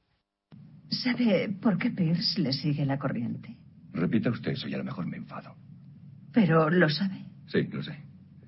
¿Sabe por qué Pierce le sigue la corriente? Repita usted eso y a lo mejor me enfado. ¿Pero lo sabe? Sí, lo sé.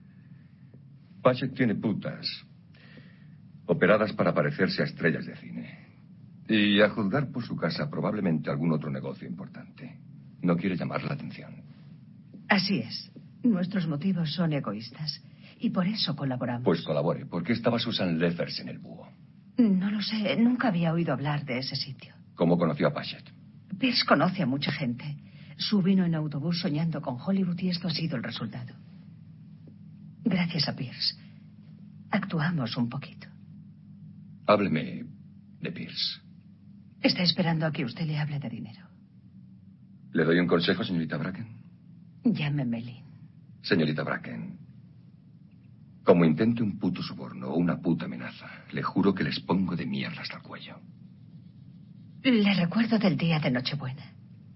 Pachek tiene putas operadas para parecerse a estrellas de cine. Y a juzgar por su casa, probablemente algún otro negocio importante. No quiere llamar la atención. Así es. Nuestros motivos son egoístas y por eso colaboramos. Pues colabore. ¿Por qué estaba Susan Leffers en el búho? No lo sé. Nunca había oído hablar de ese sitio. ¿Cómo conoció a Pachek? Pierce conoce a mucha gente. Su vino en autobús soñando con Hollywood y esto ha sido el resultado. Gracias a Pierce. Actuamos un poquito. Hábleme de Pierce. Está esperando a que usted le hable de dinero. ¿Le doy un consejo, señorita Bracken? Llámeme Lynn. Señorita Bracken, como intente un puto soborno o una puta amenaza, le juro que les pongo de mierda hasta el cuello. Le recuerdo del día de Nochebuena.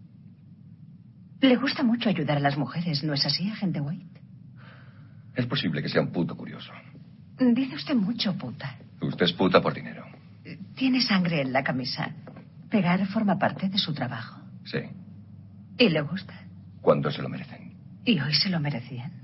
Le gusta mucho ayudar a las mujeres, ¿no es así, agente White? Es posible que sea un puto curioso. Dice usted mucho puta. Usted es puta por dinero. Tiene sangre en la camisa. Pegar forma parte de su trabajo. Sí. ¿Y le gusta? Cuando se lo merecen. ¿Y hoy se lo merecían?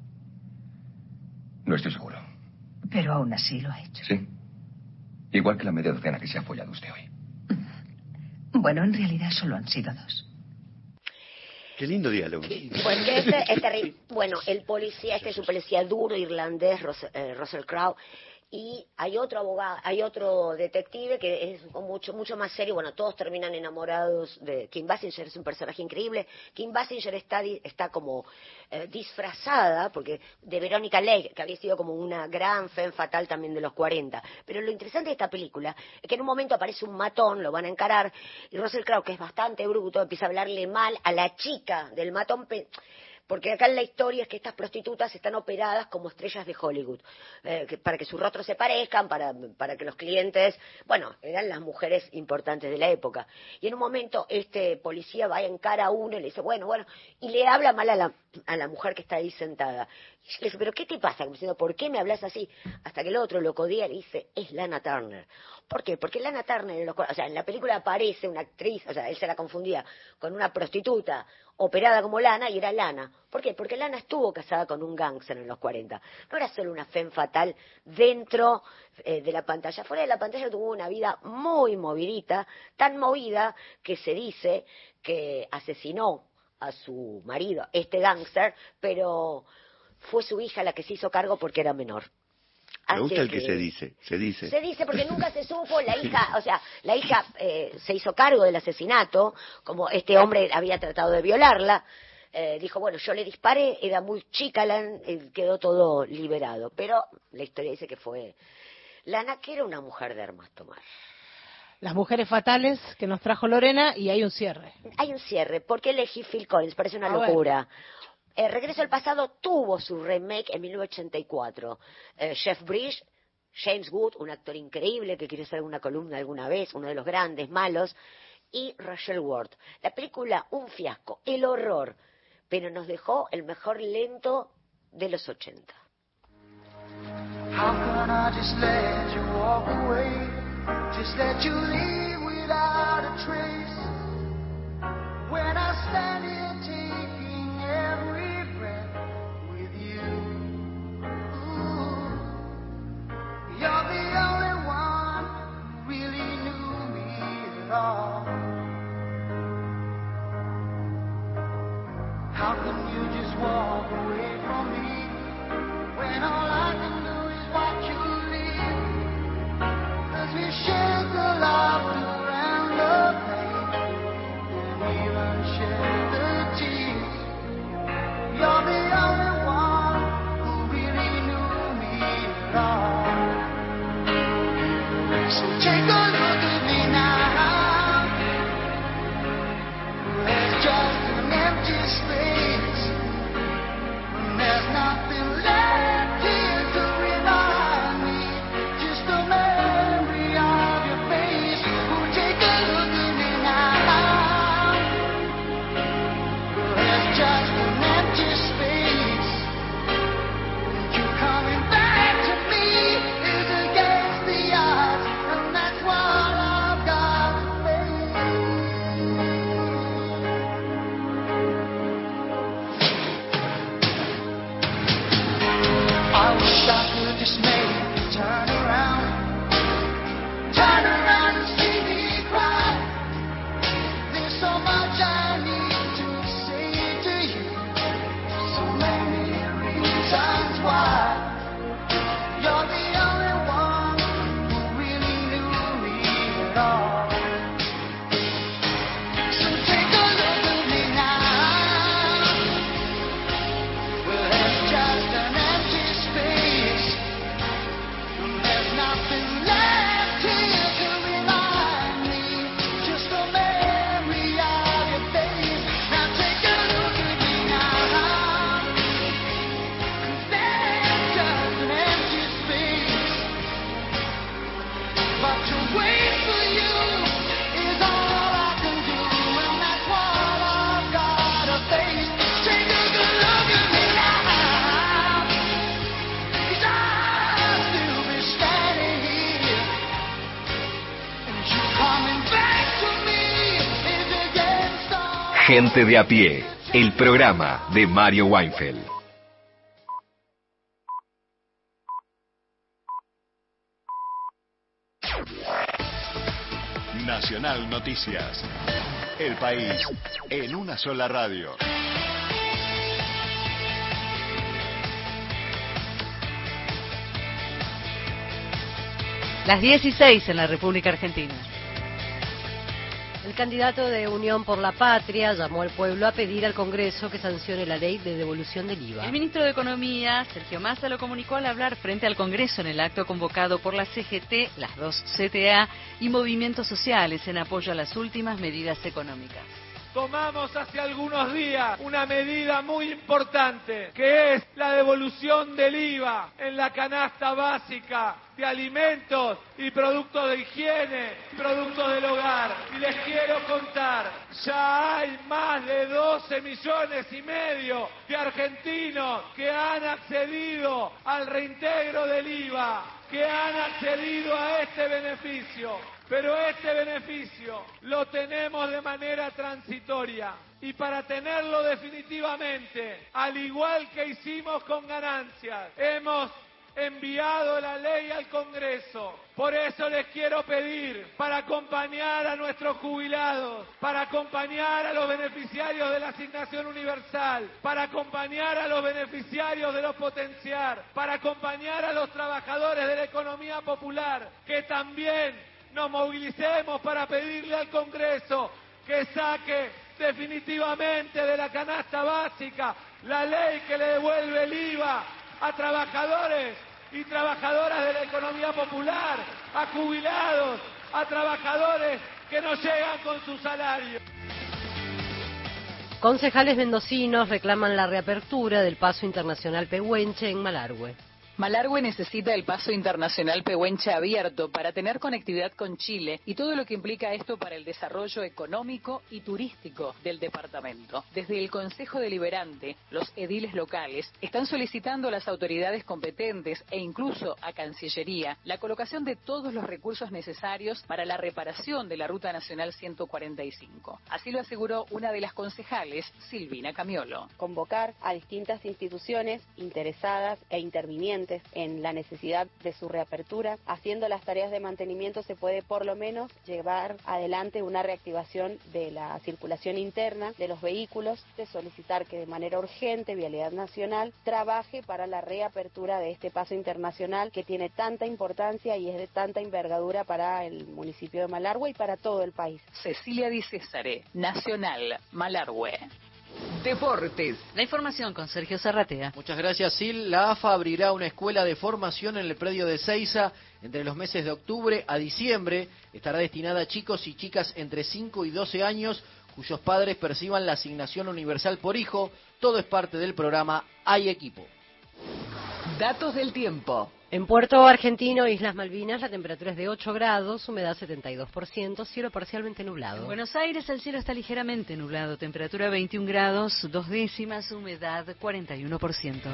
No estoy seguro. Pero aún así lo ha hecho. Sí. Igual que la media docena que se ha follado usted hoy. Bueno, en realidad solo han sido dos. Qué lindo diálogo. Pues que este es terrible. Bueno, el policía, este es un policía duro irlandés, Ros- eh, Russell Crowe, y hay otro abogado, hay otro detective que es mucho mucho más serio. Bueno, todos terminan enamorados de Kim Basinger, es un personaje increíble. Kim Basinger está di- está como eh, disfrazada porque de Verónica Lake, que había sido como una gran femme fatal también de los cuarenta. Pero lo interesante de esta película es que en un momento aparece un matón, lo van a encarar, y Russell Crowe, que es bastante bruto, empieza a hablarle mal a la chica del matón. Pe- Porque acá en la historia es que estas prostitutas están operadas como estrellas de Hollywood, eh, que, para que sus rostros se parezcan, para, para que los clientes, bueno, eran las mujeres importantes de la época. Y en un momento este policía va en cara a uno y le dice, bueno, bueno, y le habla mal a la, a la mujer que está ahí sentada. Y le dice, pero ¿qué te pasa? Como diciendo, ¿por qué me hablas así? Hasta que el otro lo codea y le dice, es Lana Turner. ¿Por qué? Porque Lana Turner, en los, o sea, en la película aparece una actriz, o sea, él se la confundía con una prostituta operada como Lana y era Lana. ¿Por qué? Porque Lana estuvo casada con un gángster en los cuarenta. No era solo una femme fatal dentro eh, de la pantalla. Fuera de la pantalla tuvo una vida muy movidita, tan movida que se dice que asesinó a su marido, este gángster, pero fue su hija la que se hizo cargo porque era menor. Me Así gusta el que que- se dice, se dice. Se dice porque nunca se supo, la hija, o sea, la hija eh, se hizo cargo del asesinato, como este hombre había tratado de violarla, eh, dijo, bueno, yo le disparé, era muy chica, la, eh, quedó todo liberado, pero la historia dice que fue Lana, que era una mujer de armas tomar. Las Mujeres Fatales, que nos trajo Lorena, y hay un cierre. Hay un cierre. ¿Por qué elegí Phil Collins? Parece una A ver. locura. Eh, Regreso al Pasado tuvo su remake en mil novecientos ochenta y cuatro. Eh, Jeff Bridges, James Wood, un actor increíble que quiere hacer una columna alguna vez, uno de los grandes malos, y Rachel Ward. La película, un fiasco, el horror, pero nos dejó el mejor lento de los ochenta. How can I just let you walk away? Just let you leave without a trace. When I stand here taking every breath with you. Ooh, you're the only one who really knew me at all. How can you just walk away from me when all I can do is watch you leave? 'Cause we shared the laughter and the pain, and even shared the tears. You're the only one who really knew me at all. So take a look at me now. There's just an empty space. There's nothing left here to remind me. Just a memory of your face. Oh, take a look at me now. There's just an empty space. You coming back to me is against the odds, and that's what I've got to face. I wish I could just make you turn around, turn around and see me cry. There's so much I need to say to you, so many reasons why. You're the only one who really knew me at all. So take a look at me now. Well, there's just an empty space. There's nothing left here to remind me. Just a memory of your face. Now take a look at me now. 'Cause there's just an empty space. But to wait for you is all I can do, and that's what I've gotta face. Take a good look at me now. 'Cause I'll still be standing here, and you coming back to me is against all. Gente de a pie, el programa de Mario Weinfeld. Nacional Noticias. El país en una sola radio. Las dieciséis en la República Argentina. El candidato de Unión por la Patria llamó al pueblo a pedir al Congreso que sancione la ley de devolución del I V A. El ministro de Economía, Sergio Massa, lo comunicó al hablar frente al Congreso en el acto convocado por la C G T, las dos C T A y movimientos sociales en apoyo a las últimas medidas económicas. Tomamos hace algunos días una medida muy importante, que es la devolución del I V A en la canasta básica de alimentos y productos de higiene, productos del hogar. Y les quiero contar, ya hay más de doce millones y medio de argentinos que han accedido al reintegro del I V A, que han accedido a este beneficio. Pero este beneficio lo tenemos de manera transitoria. Y para tenerlo definitivamente, al igual que hicimos con ganancias, hemos enviado la ley al Congreso. Por eso les quiero pedir, para acompañar a nuestros jubilados, para acompañar a los beneficiarios de la asignación universal, para acompañar a los beneficiarios de los potenciar, para acompañar a los trabajadores de la economía popular, que también nos movilicemos para pedirle al Congreso que saque definitivamente de la canasta básica la ley que le devuelve el I V A a trabajadores y trabajadoras de la economía popular, a jubilados, a trabajadores que no llegan con su salario. Concejales mendocinos reclaman la reapertura del paso internacional Pehuenche en Malargüe. Malargüe necesita el paso internacional Pehuenche abierto para tener conectividad con Chile y todo lo que implica esto para el desarrollo económico y turístico del departamento. Desde el Consejo Deliberante, los ediles locales están solicitando a las autoridades competentes e incluso a Cancillería la colocación de todos los recursos necesarios para la reparación de la Ruta Nacional ciento cuarenta y cinco. Así lo aseguró una de las concejales, Silvina Camiolo. Convocar a distintas instituciones interesadas e intervinientes en la necesidad de su reapertura. Haciendo las tareas de mantenimiento se puede por lo menos llevar adelante una reactivación de la circulación interna de los vehículos, de solicitar que de manera urgente Vialidad Nacional trabaje para la reapertura de este paso internacional que tiene tanta importancia y es de tanta envergadura para el municipio de Malargüe y para todo el país. Cecilia Di Césare, Nacional, Malargüe. Deportes. La información con Sergio Zarratea. Muchas gracias, Sil. La A F A abrirá una escuela de formación en el predio de Seiza entre los meses de octubre a diciembre. Estará destinada a chicos y chicas entre cinco y doce años cuyos padres perciban la asignación universal por hijo. Todo es parte del programa Hay Equipo. Datos del tiempo. En Puerto Argentino, Islas Malvinas, la temperatura es de ocho grados, humedad setenta y dos por ciento, cielo parcialmente nublado. En Buenos Aires el cielo está ligeramente nublado, temperatura veintiún grados, dos décimas, humedad cuarenta y uno por ciento.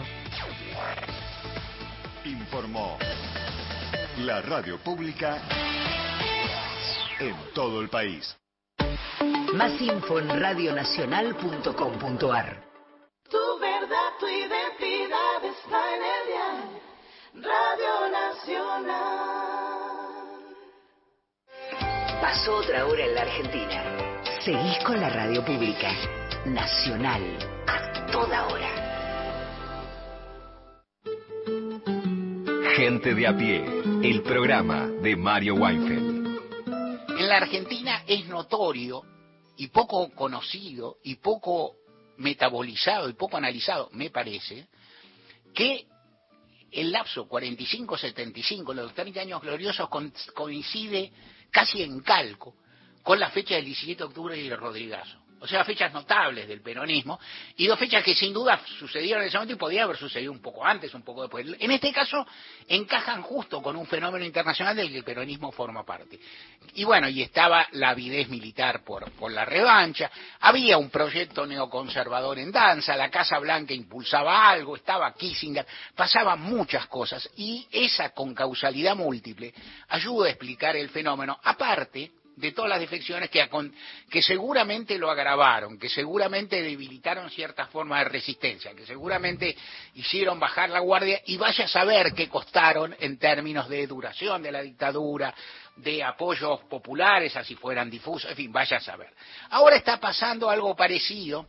Informó la radio pública en todo el país. Más info en radio nacional punto com punto ar. Tu verdad, tu identidad está en el diario Radio Nacional. Pasó otra hora en la Argentina. Seguís con la radio pública. Nacional. A toda hora. Gente de a pie. El programa de Mario Weinfeld. En la Argentina es notorio y poco conocido y poco metabolizado y poco analizado, me parece, que el lapso cuarenta y cinco setenta y cinco, los treinta años gloriosos, coincide casi en calco con la fecha del diecisiete de octubre y el Rodrigazo. O sea, fechas notables del peronismo, y dos fechas que sin duda sucedieron en ese momento y podían haber sucedido un poco antes, un poco después. En este caso, encajan justo con un fenómeno internacional del que el peronismo forma parte. Y bueno, y estaba la avidez militar por, por la revancha, había un proyecto neoconservador en danza, la Casa Blanca impulsaba algo, estaba Kissinger, pasaban muchas cosas, y esa concausalidad múltiple ayuda a explicar el fenómeno, aparte de todas las defecciones que, que seguramente lo agravaron, que seguramente debilitaron ciertas formas de resistencia, que seguramente hicieron bajar la guardia, y vaya a saber qué costaron en términos de duración de la dictadura, de apoyos populares, así fueran difusos, en fin, vaya a saber. Ahora está pasando algo parecido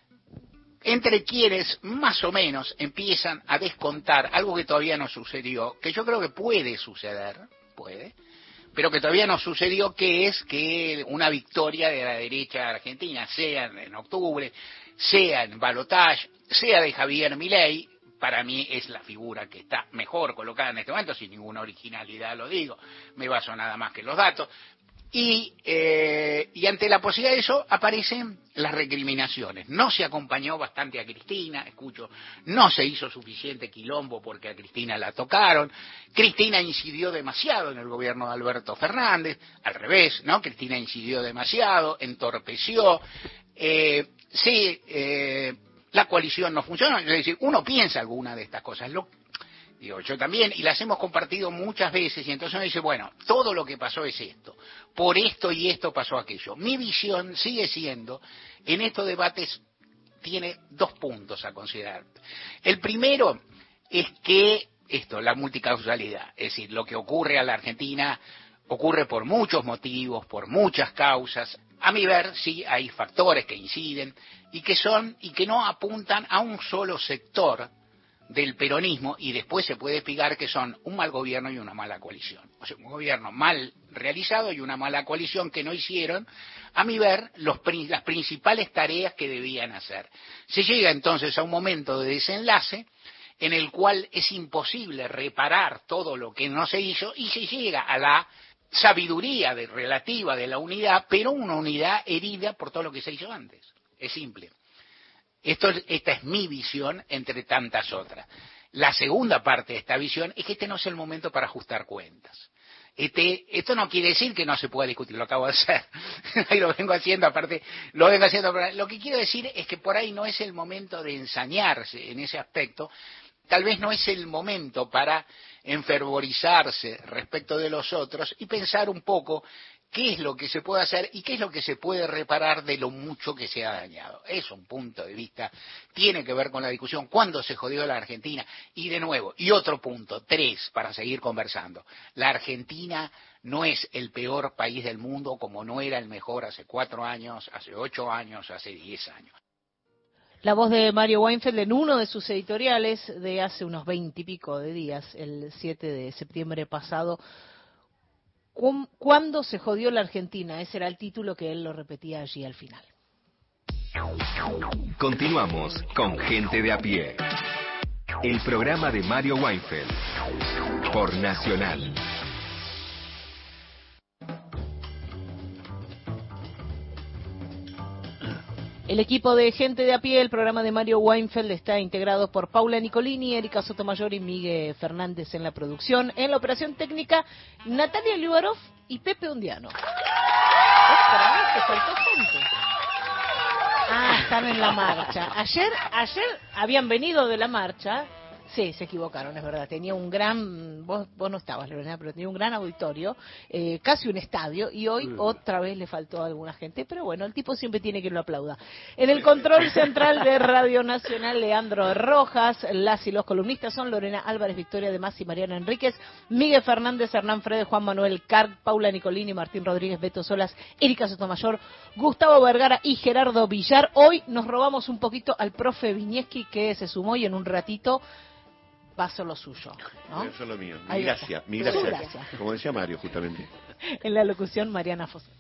entre quienes más o menos empiezan a descontar algo que todavía no sucedió, que yo creo que puede suceder, puede, pero que todavía no sucedió, que es que una victoria de la derecha argentina, sea en octubre, sea en balotaje, sea de Javier Milei, para mí es la figura que está mejor colocada en este momento, sin ninguna originalidad lo digo, me baso nada más que en los datos, y, eh, y ante la posibilidad de eso aparecen las recriminaciones. No se acompañó bastante a Cristina, escucho, no se hizo suficiente quilombo porque a Cristina la tocaron, Cristina incidió demasiado en el gobierno de Alberto Fernández, al revés, ¿no? Cristina incidió demasiado, entorpeció, eh, sí, eh, la coalición no funcionó, es decir, uno piensa alguna de estas cosas, lo Digo, yo también, y las hemos compartido muchas veces, y entonces uno dice, bueno, todo lo que pasó es esto, por esto y esto pasó aquello. Mi visión sigue siendo, en estos debates, tiene dos puntos a considerar. El primero es que, esto, la multicausalidad, es decir, lo que ocurre a la Argentina ocurre por muchos motivos, por muchas causas. A mi ver, sí, hay factores que inciden, y que son, y que no apuntan a un solo sector del peronismo, y después se puede explicar que son un mal gobierno y una mala coalición. O sea, un gobierno mal realizado y una mala coalición que no hicieron, a mi ver, los, las principales tareas que debían hacer. Se llega entonces a un momento de desenlace en el cual es imposible reparar todo lo que no se hizo y se llega a la sabiduría de, relativa de la unidad, pero una unidad herida por todo lo que se hizo antes. Es simple. Esto, esta es mi visión entre tantas otras. La segunda parte de esta visión es que este no es el momento para ajustar cuentas. Este, esto no quiere decir que no se pueda discutir, lo acabo de hacer, y lo vengo haciendo, aparte, lo vengo haciendo, lo que quiero decir es que por ahí no es el momento de ensañarse en ese aspecto, tal vez no es el momento para enfervorizarse respecto de los otros y pensar un poco qué es lo que se puede hacer y qué es lo que se puede reparar de lo mucho que se ha dañado. Es un punto de vista, tiene que ver con la discusión, cuándo se jodió la Argentina, y de nuevo, y otro punto, tres, para seguir conversando. La Argentina no es el peor país del mundo como no era el mejor hace cuatro años, hace ocho años, hace diez años. La voz de Mario Weinfeld en uno de sus editoriales de hace unos veinte y pico de días, el siete de septiembre pasado. ¿Cuándo se jodió la Argentina? Ese era el título que él lo repetía allí al final. Continuamos con Gente de a Pie. El programa de Mario Weinfeld por Nacional. El equipo de Gente de a Pie, el programa de Mario Weinfeld, está integrado por Paula Nicolini, Erika Sotomayor y Miguel Fernández en la producción. En la operación técnica, Natalia Liubarov y Pepe Undiano. Otra vez, te faltó gente. Ah, están en la marcha. Ayer, ayer habían venido de la marcha. Sí, se equivocaron, es verdad. Tenía un gran, vos, vos no estabas, Lorena, pero tenía un gran auditorio, eh, casi un estadio, y hoy mm. otra vez le faltó a alguna gente, pero bueno, el tipo siempre tiene que lo aplauda. En el control central de Radio Nacional, Leandro Rojas, las y los columnistas son Lorena Álvarez, Victoria de Masi, Mariana Enríquez, Miguel Fernández, Hernán Fredes, Juan Manuel Carg, Paula Nicolini, Martín Rodríguez, Beto Solas, Erika Sotomayor, Gustavo Vergara y Gerardo Villar. Hoy nos robamos un poquito al profe Viñeski, que se sumó, y en un ratito va a ser lo suyo, ¿no? Eso es lo mío. Mi Ahí gracia, está. mi gracia. gracia. Como decía Mario, justamente. En la locución, Mariana Fosse.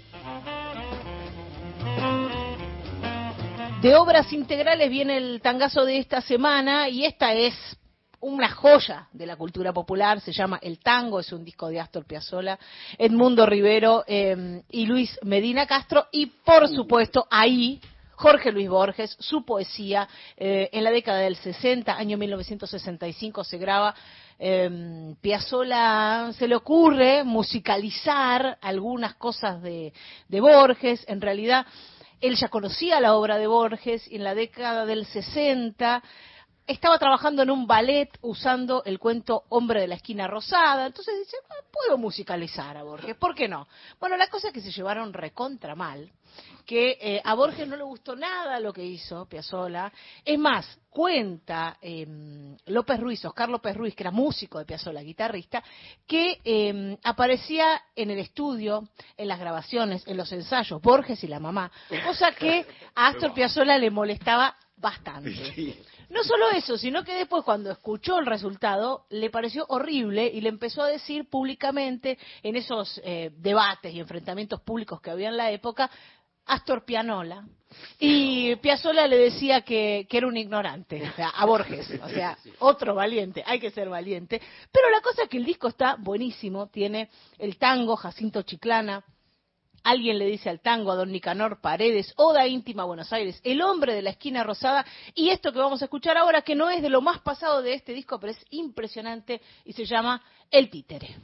De obras integrales viene el tangazo de esta semana, y esta es una joya de la cultura popular. Se llama El Tango, es un disco de Astor Piazzolla, Edmundo Rivero eh, y Luis Medina Castro, y por supuesto ahí Jorge Luis Borges, su poesía. Eh, en la década del sesenta, año mil novecientos sesenta y cinco, se graba. Eh, Piazzolla se le ocurre musicalizar algunas cosas de, de Borges. En realidad, él ya conocía la obra de Borges, y en la década del sesenta estaba trabajando en un ballet usando el cuento Hombre de la Esquina Rosada. Entonces dice, puedo musicalizar a Borges, ¿por qué no? Bueno, la cosa es que se llevaron recontra mal, que eh, a Borges no le gustó nada lo que hizo Piazzolla. Es más, cuenta eh, López Ruiz, Oscar López Ruiz, que era músico de Piazzolla, guitarrista, que eh, aparecía en el estudio, en las grabaciones, en los ensayos, Borges y la mamá, cosa que a Astor Piazzolla le molestaba bastante. No solo eso, sino que después, cuando escuchó el resultado, le pareció horrible y le empezó a decir públicamente, en esos eh, debates y enfrentamientos públicos que había en la época, Astor Pianola. Y Piazzolla le decía que, que era un ignorante, o sea, a Borges, o sea, otro valiente, hay que ser valiente. Pero la cosa es que el disco está buenísimo, tiene el tango, Jacinto Chiclana, Alguien le dice al tango, a don Nicanor Paredes, Oda íntima a Buenos Aires, El hombre de la esquina rosada, y esto que vamos a escuchar ahora, que no es de lo más pasado de este disco, pero es impresionante, y se llama El títere.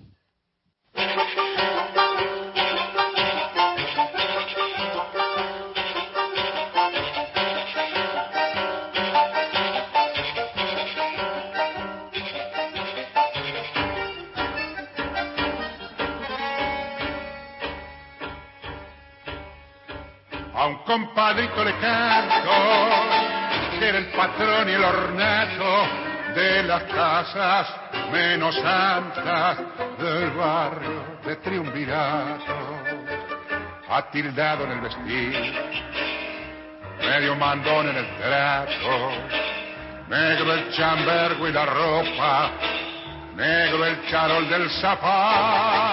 A un compadrito le canto, que era el patrón y el ornato de las casas menos santas del barrio de Triunvirato. Atildado en el vestir, medio mandón en el trato, negro el chambergo y la ropa, negro el charol del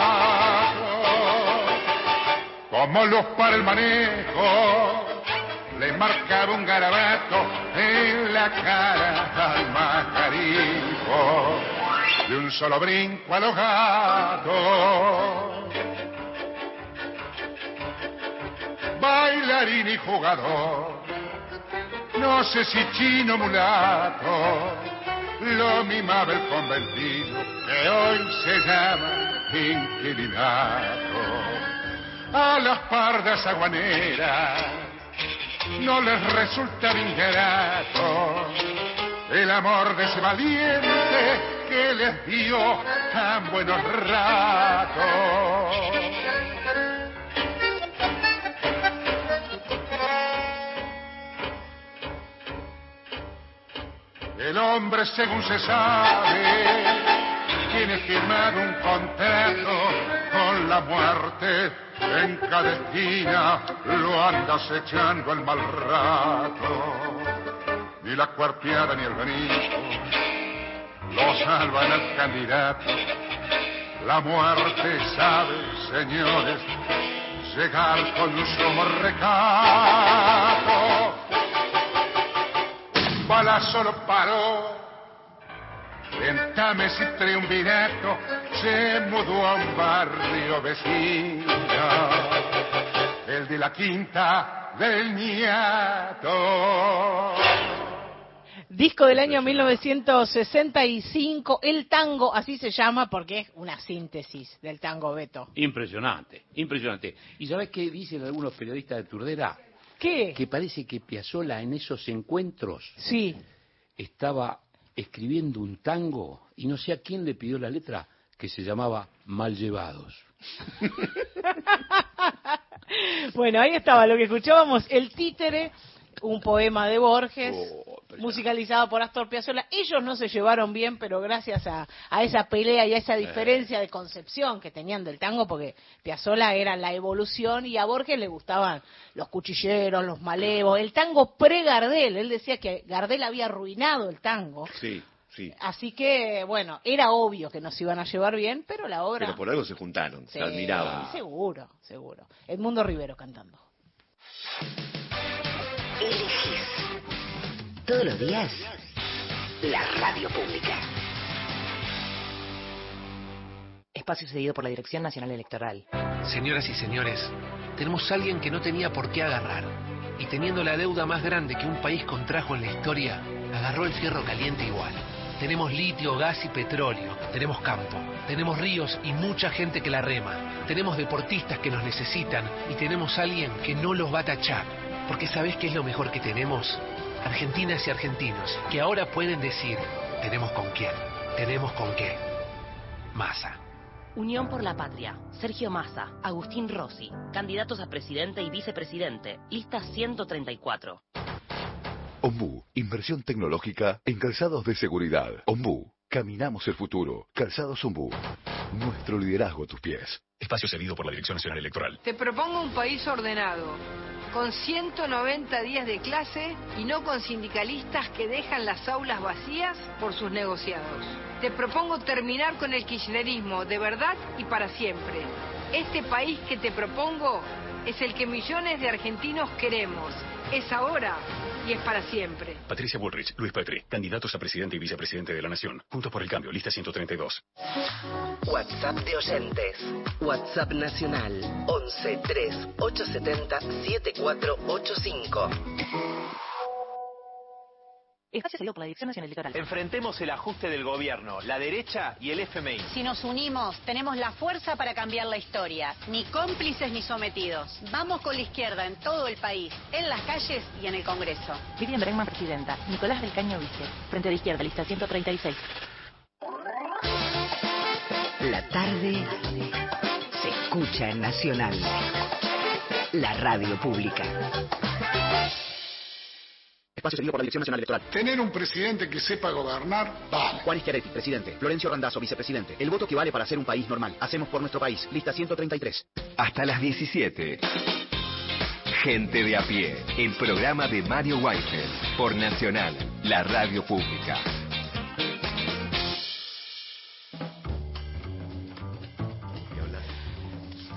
zapato. Como luz para el manejo, le marcaba un garabato en la cara al majarijo, de un solo brinco a los gatos. Bailarín y jugador, no sé si chino o mulato, lo mimaba el conventillo que hoy se llama inquilinato. A las pardas aguaneras no les resulta ingrato el amor de ese valiente que les dio tan buenos ratos. El hombre, según se sabe, tiene firmado un contrato con la muerte. En cada esquina lo anda acechando el mal rato. Ni la cuarteada ni el brinco lo salvan al candidato. La muerte sabe, señores, llegar con sumo recato. Un balazo lo paró, en Tames y Triunvirato se mudó a un barrio vecino, el de la Quinta del Ñato. Disco del año mil novecientos sesenta y cinco, El Tango, así se llama porque es una síntesis del tango, Beto. Impresionante, impresionante. ¿Y sabes qué dicen algunos periodistas de Turdera? ¿Qué? Que parece que Piazzolla en esos encuentros sí. estaba escribiendo un tango y no sé a quién le pidió la letra, que se llamaba Mal Llevados. Bueno, ahí estaba lo que escuchábamos, El Títere, un poema de Borges, oh, musicalizado por Astor Piazzolla. Ellos no se llevaron bien, pero gracias a, a esa pelea y a esa diferencia de concepción que tenían del tango, porque Piazzolla era la evolución y a Borges le gustaban los cuchilleros, los malevos, el tango pre-Gardel. Él decía que Gardel había arruinado el tango. Sí. Sí. Así que, bueno, era obvio que no se iban a llevar bien, pero la obra... Pero por algo se juntaron, sí, se admiraban. Seguro, seguro. Edmundo Rivero cantando. Elegís todos los días la radio pública. Espacio cedido por la Dirección Nacional Electoral. Señoras y señores, tenemos a alguien que no tenía por qué agarrar. Y teniendo la deuda más grande que un país contrajo en la historia, agarró el fierro caliente igual. Tenemos litio, gas y petróleo. Tenemos campo. Tenemos ríos y mucha gente que la rema. Tenemos deportistas que nos necesitan. Y tenemos a alguien que no los va a tachar. Porque ¿sabés qué es lo mejor que tenemos? Argentinas y argentinos que ahora pueden decir, tenemos con quién, tenemos con qué. Massa. Unión por la Patria. Sergio Massa, Agustín Rossi, candidatos a presidente y vicepresidente. Lista ciento treinta y cuatro. Ombú, inversión tecnológica en calzados de seguridad. Ombú, caminamos el futuro. Calzados Ombú. Nuestro liderazgo a tus pies. Espacio cedido por la Dirección Nacional Electoral. Te propongo un país ordenado, con ciento noventa días de clase y no con sindicalistas que dejan las aulas vacías por sus negociados. Te propongo terminar con el kirchnerismo de verdad y para siempre. Este país que te propongo es el que millones de argentinos queremos. Es ahora y es para siempre. Patricia Bullrich, Luis Petri, candidatos a presidente y vicepresidente de la Nación. Juntos por el Cambio, lista ciento treinta y dos. WhatsApp de oyentes. WhatsApp nacional once tres ocho setenta siete cuatro ocho cinco. Espacio cedido por la Dirección Nacional Electoral. Enfrentemos el ajuste del gobierno, la derecha y el F M I. Si nos unimos, tenemos la fuerza para cambiar la historia. Ni cómplices ni sometidos. Vamos con la izquierda en todo el país, en las calles y en el Congreso. Vivian Bregman, presidenta. Nicolás del Caño, vice. Frente de Izquierda, lista ciento treinta y seis. La tarde se escucha en Nacional. La radio pública. Espacio cedido por la Dirección Nacional Electoral. Tener un presidente que sepa gobernar, vale. Juan Schiaretti, presidente. Florencio Randazzo, vicepresidente. El voto que vale para ser un país normal. Hacemos por nuestro país. Lista ciento treinta y tres. Hasta las diecisiete. Gente de a pie. El programa de Mario Weinfeld. Por Nacional, la radio pública.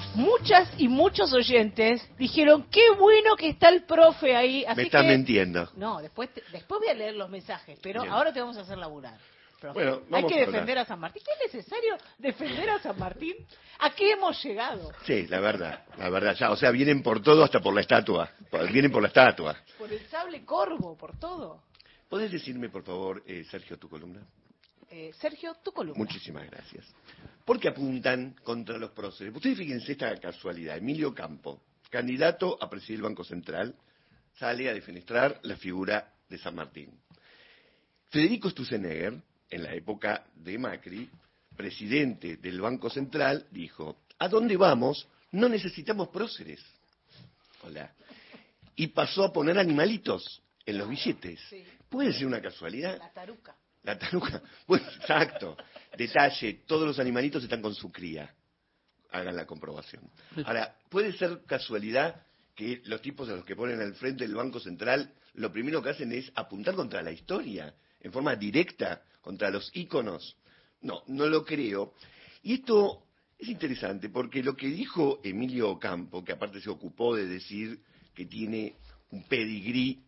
muchas y muchos oyentes dijeron, qué bueno que está el profe ahí. Así Me estás que, mintiendo. No, después, te- después voy a leer los mensajes, pero Bien. ahora te vamos a hacer laburar. Profe. Bueno, Hay vamos que a hablar. defender a San Martín. ¿Qué es necesario defender a San Martín? ¿A qué hemos llegado? Sí, la verdad, la verdad, ya, o sea, vienen por todo hasta por la estatua, vienen por la estatua. Por el sable corvo, por todo. ¿Podés decirme, por favor, eh, Sergio, tu columna? Eh, Sergio, tu columna. Muchísimas gracias. ¿Por qué apuntan contra los próceres? Ustedes fíjense esta casualidad. Emilio Campo, candidato a presidir el Banco Central, sale a defenestrar la figura de San Martín. Federico Sturzenegger, en la época de Macri, presidente del Banco Central, dijo, ¿a dónde vamos? No necesitamos próceres. Hola. Y pasó a poner animalitos en los billetes. ¿Puede ser una casualidad? La taruca. La taruca. Bueno, exacto. Detalle, todos los animalitos están con su cría. Hagan la comprobación. Ahora, ¿puede ser casualidad que los tipos a los que ponen al frente del Banco Central, lo primero que hacen es apuntar contra la historia, en forma directa, contra los íconos? No, no lo creo. Y esto es interesante, porque lo que dijo Emilio Campo, que aparte se ocupó de decir que tiene un pedigrí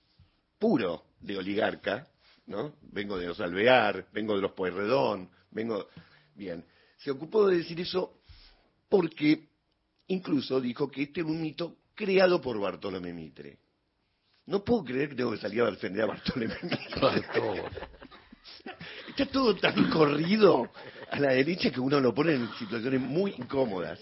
puro de oligarca, ¿no? Vengo de los Alvear, vengo de los Pueyrredón, vengo... Bien, se ocupó de decir eso porque incluso dijo que este es un mito creado por Bartolomé Mitre. No puedo creer que tengo que salir a defender a Bartolomé Mitre. Está todo tan corrido a la derecha que uno lo pone en situaciones muy incómodas.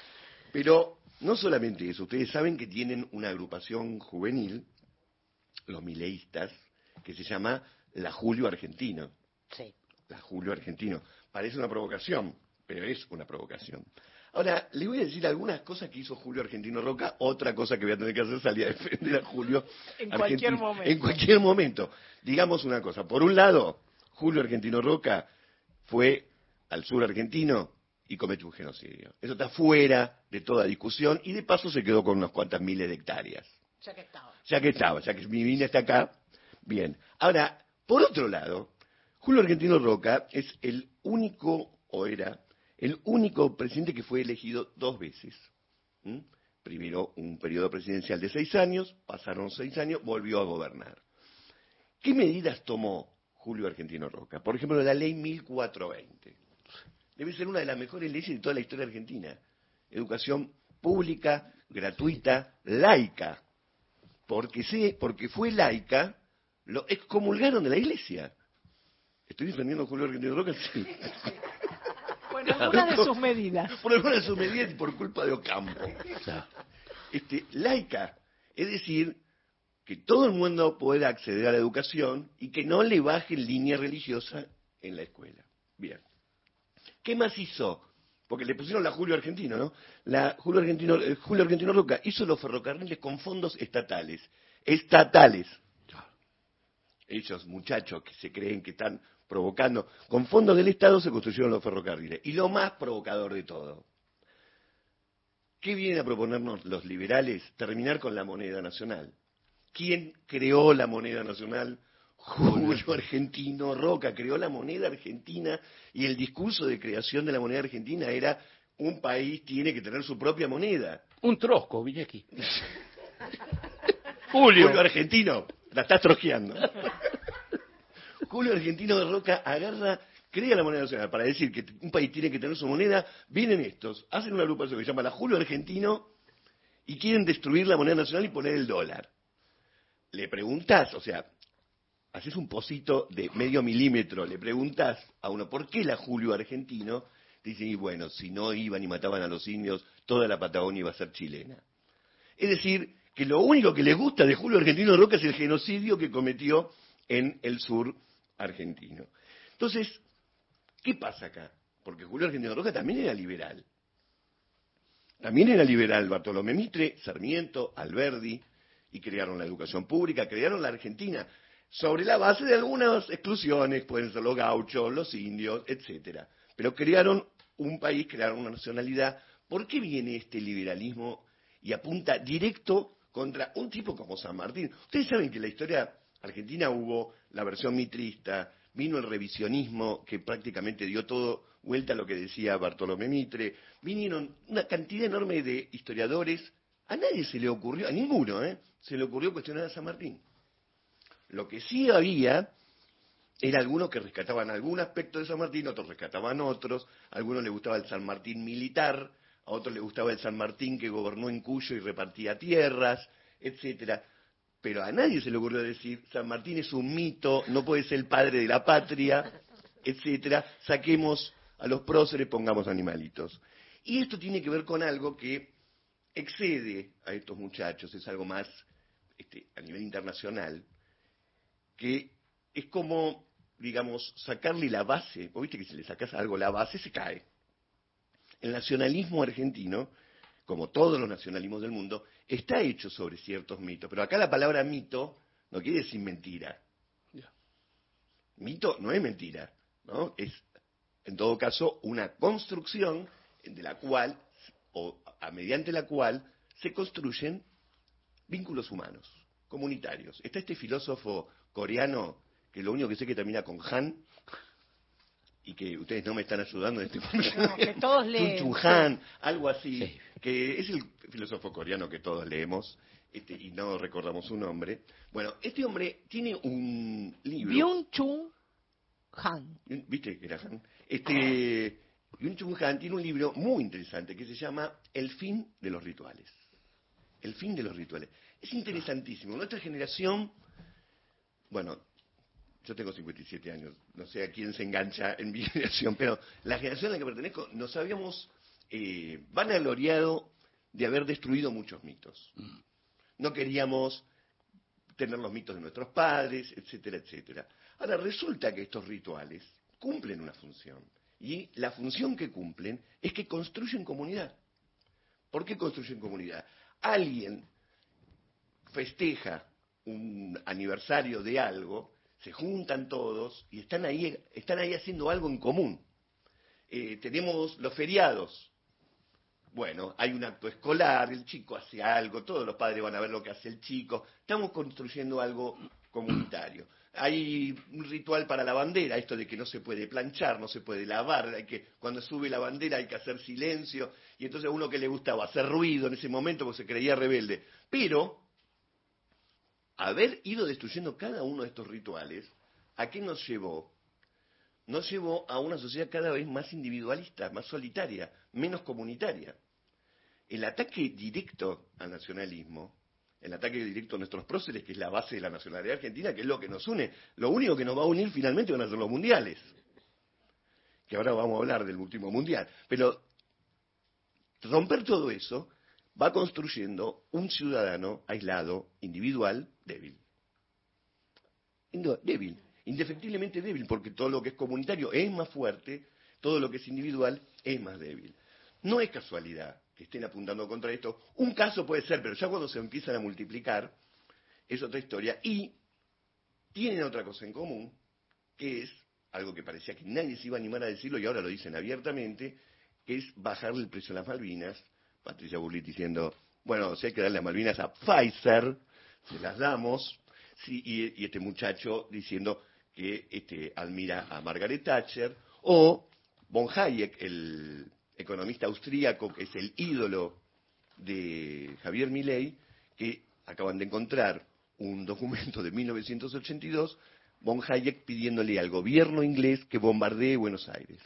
Pero no solamente eso, ustedes saben que tienen una agrupación juvenil, los mileístas, que se llama la Julio Argentino. Sí. La Julio Argentino. Parece una provocación, pero es una provocación. Ahora, le voy a decir algunas cosas que hizo Julio Argentino Roca, otra cosa que voy a tener que hacer es salir a defender a Julio En Argentino. cualquier momento. En cualquier momento. Digamos una cosa, por un lado, Julio Argentino Roca fue al sur argentino y cometió un genocidio. Eso está fuera de toda discusión y de paso se quedó con unas cuantas miles de hectáreas. Ya que estaba. Ya que estaba, ya que mi mina está acá, bien. Ahora, por otro lado, Julio Argentino Roca es el único, o era, el único presidente que fue elegido dos veces. ¿Mm? Primero un periodo presidencial de seis años, pasaron seis años, volvió a gobernar. ¿Qué medidas tomó Julio Argentino Roca? Por ejemplo, la ley mil cuatrocientos veinte. Debe ser una de las mejores leyes de toda la historia argentina. Educación pública, gratuita, laica. Porque sé, porque fue laica, lo excomulgaron de la iglesia. ¿Estoy defendiendo a Julio Argentino Roca? Sí. Bueno, algunas de sus medidas. Por algunas de sus medidas y por culpa de Ocampo. Este, laica, es decir, que todo el mundo pueda acceder a la educación y que no le bajen línea religiosa en la escuela. Bien. ¿Qué más hizo? Porque le pusieron la Julio Argentino, ¿no? La Julio Argentino, eh, Julio Argentino Roca hizo los ferrocarriles con fondos estatales. Estatales. Ellos, muchachos que se creen que están provocando, con fondos del Estado se construyeron los ferrocarriles. Y lo más provocador de todo, ¿qué vienen a proponernos los liberales? Terminar con la moneda nacional. ¿Quién creó la moneda nacional? Julio Argentino Roca creó la moneda argentina y el discurso de creación de la moneda argentina era un país tiene que tener su propia moneda. Un trosco, vine aquí. Julio. Julio Argentino, la estás trojeando. Julio Argentino de Roca agarra, crea la moneda nacional para decir que un país tiene que tener su moneda. Vienen estos, hacen una agrupación que se llama la Julio Argentino y quieren destruir la moneda nacional y poner el dólar. Le preguntás, o sea, haces un pocito de medio milímetro, le preguntás a uno, ¿por qué la Julio Argentino? Te dicen, y bueno, si no iban y mataban a los indios, toda la Patagonia iba a ser chilena. Es decir, que lo único que les gusta de Julio Argentino Roca es el genocidio que cometió en el sur argentino. Entonces, ¿qué pasa acá? Porque Julio Argentino Roca también era liberal. También era liberal Bartolomé Mitre, Sarmiento, Alberdi, y crearon la educación pública, crearon la Argentina, sobre la base de algunas exclusiones, pueden ser los gauchos, los indios, etcétera. Pero crearon un país, crearon una nacionalidad. ¿Por qué viene este liberalismo y apunta directo contra un tipo como San Martín? Ustedes saben que en la historia argentina hubo la versión mitrista, vino el revisionismo que prácticamente dio todo vuelta a lo que decía Bartolomé Mitre, vinieron una cantidad enorme de historiadores, a nadie se le ocurrió, a ninguno, ¿eh? se le ocurrió cuestionar a San Martín. Lo que sí había era algunos que rescataban algún aspecto de San Martín, otros rescataban otros, a algunos les gustaba el San Martín militar, a otros les gustaba el San Martín que gobernó en Cuyo y repartía tierras, etcétera. Pero a nadie se le ocurrió decir, San Martín es un mito, no puede ser el padre de la patria, etcétera. Saquemos a los próceres, pongamos animalitos. Y esto tiene que ver con algo que excede a estos muchachos, es algo más este, a nivel internacional, que es como, digamos, sacarle la base. ¿Vos viste que si le sacas algo la base se cae? El nacionalismo argentino, como todos los nacionalismos del mundo, está hecho sobre ciertos mitos. Pero acá la palabra mito no quiere decir mentira. Mito no es mentira, ¿no? Es, en todo caso, una construcción de la cual, o a, mediante la cual, se construyen vínculos humanos, comunitarios. Está este filósofo coreano, que lo único que sé que termina con Han, y que ustedes no me están ayudando en este momento. No, que todos leen. Chun Chun Han, algo así, sí. Que es el filósofo coreano que todos leemos, este, y no recordamos su nombre. Bueno, este hombre tiene un libro. Byung-Chul Han. ¿Viste que era Han? Este, Byung-Chul Han tiene un libro muy interesante que se llama El fin de los rituales. El fin de los rituales. Es interesantísimo. Nuestra generación, bueno, yo tengo cincuenta y siete años, no sé a quién se engancha en mi generación, pero la generación a la que pertenezco nos habíamos eh, vanagloriado de haber destruido muchos mitos. No queríamos tener los mitos de nuestros padres, etcétera, etcétera. Ahora, resulta que estos rituales cumplen una función, y la función que cumplen es que construyen comunidad. ¿Por qué construyen comunidad? Alguien festeja un aniversario de algo, se juntan todos y están ahí, están ahí haciendo algo en común. Eh, tenemos los feriados. Bueno, hay un acto escolar, el chico hace algo, todos los padres van a ver lo que hace el chico. Estamos construyendo algo comunitario. Hay un ritual para la bandera, esto de que no se puede planchar, no se puede lavar, hay que, cuando sube la bandera hay que hacer silencio, y entonces a uno que le gustaba hacer ruido en ese momento porque se creía rebelde. Pero haber ido destruyendo cada uno de estos rituales, ¿a qué nos llevó? Nos llevó a una sociedad cada vez más individualista, más solitaria, menos comunitaria. El ataque directo al nacionalismo, el ataque directo a nuestros próceres, que es la base de la nacionalidad argentina, que es lo que nos une, lo único que nos va a unir finalmente van a ser los mundiales, que ahora vamos a hablar del último mundial. Pero romper todo eso va construyendo un ciudadano aislado, individual, débil. Débil, indefectiblemente débil, porque todo lo que es comunitario es más fuerte, todo lo que es individual es más débil. No es casualidad que estén apuntando contra esto. Un caso puede ser, pero ya cuando se empiezan a multiplicar, es otra historia. Y tienen otra cosa en común, que es algo que parecía que nadie se iba a animar a decirlo y ahora lo dicen abiertamente, que es bajarle el precio a las Malvinas. Patricia Bullrich diciendo, bueno, si hay que darle a Malvinas a Pfizer, se las damos, sí, y, y este muchacho diciendo que este, admira a Margaret Thatcher, o von Hayek, el economista austríaco que es el ídolo de Javier Milei, que acaban de encontrar un documento de mil novecientos ochenta y dos, von Hayek pidiéndole al gobierno inglés que bombardee Buenos Aires.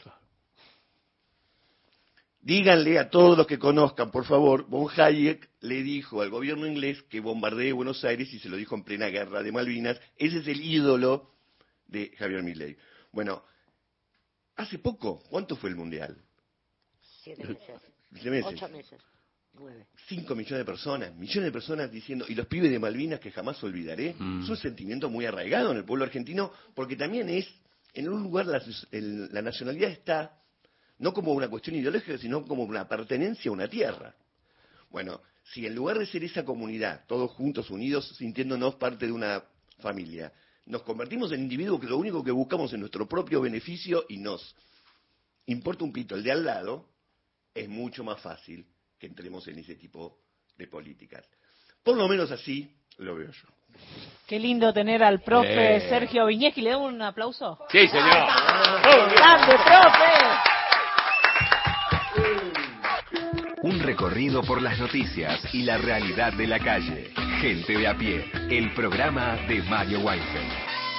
Díganle a todos los que conozcan, por favor, von Hayek le dijo al gobierno inglés que bombardee Buenos Aires y se lo dijo en plena guerra de Malvinas. Ese es el ídolo de Javier Milei. Bueno, hace poco, ¿cuánto fue el Mundial? Siete meses. Siete meses. Ocho meses. Nueve. Cinco millones de personas, millones de personas diciendo, y los pibes de Malvinas que jamás olvidaré, Mm. es un sentimiento muy arraigado en el pueblo argentino, porque también es, en un lugar la, el- la nacionalidad está no como una cuestión ideológica, sino como una pertenencia a una tierra. Bueno, si en lugar de ser esa comunidad, todos juntos, unidos, sintiéndonos parte de una familia, nos convertimos en individuos que lo único que buscamos es nuestro propio beneficio y nos importa un pito el de al lado, es mucho más fácil que entremos en ese tipo de políticas. Por lo menos así lo veo yo. Qué lindo tener al profe Eh. Sergio Viñeschi. ¿Le damos un aplauso? Sí, señor. ¡Grande, profe! Un recorrido por las noticias y la realidad de la calle. Gente de a pie, el programa de Mario Weinfeld.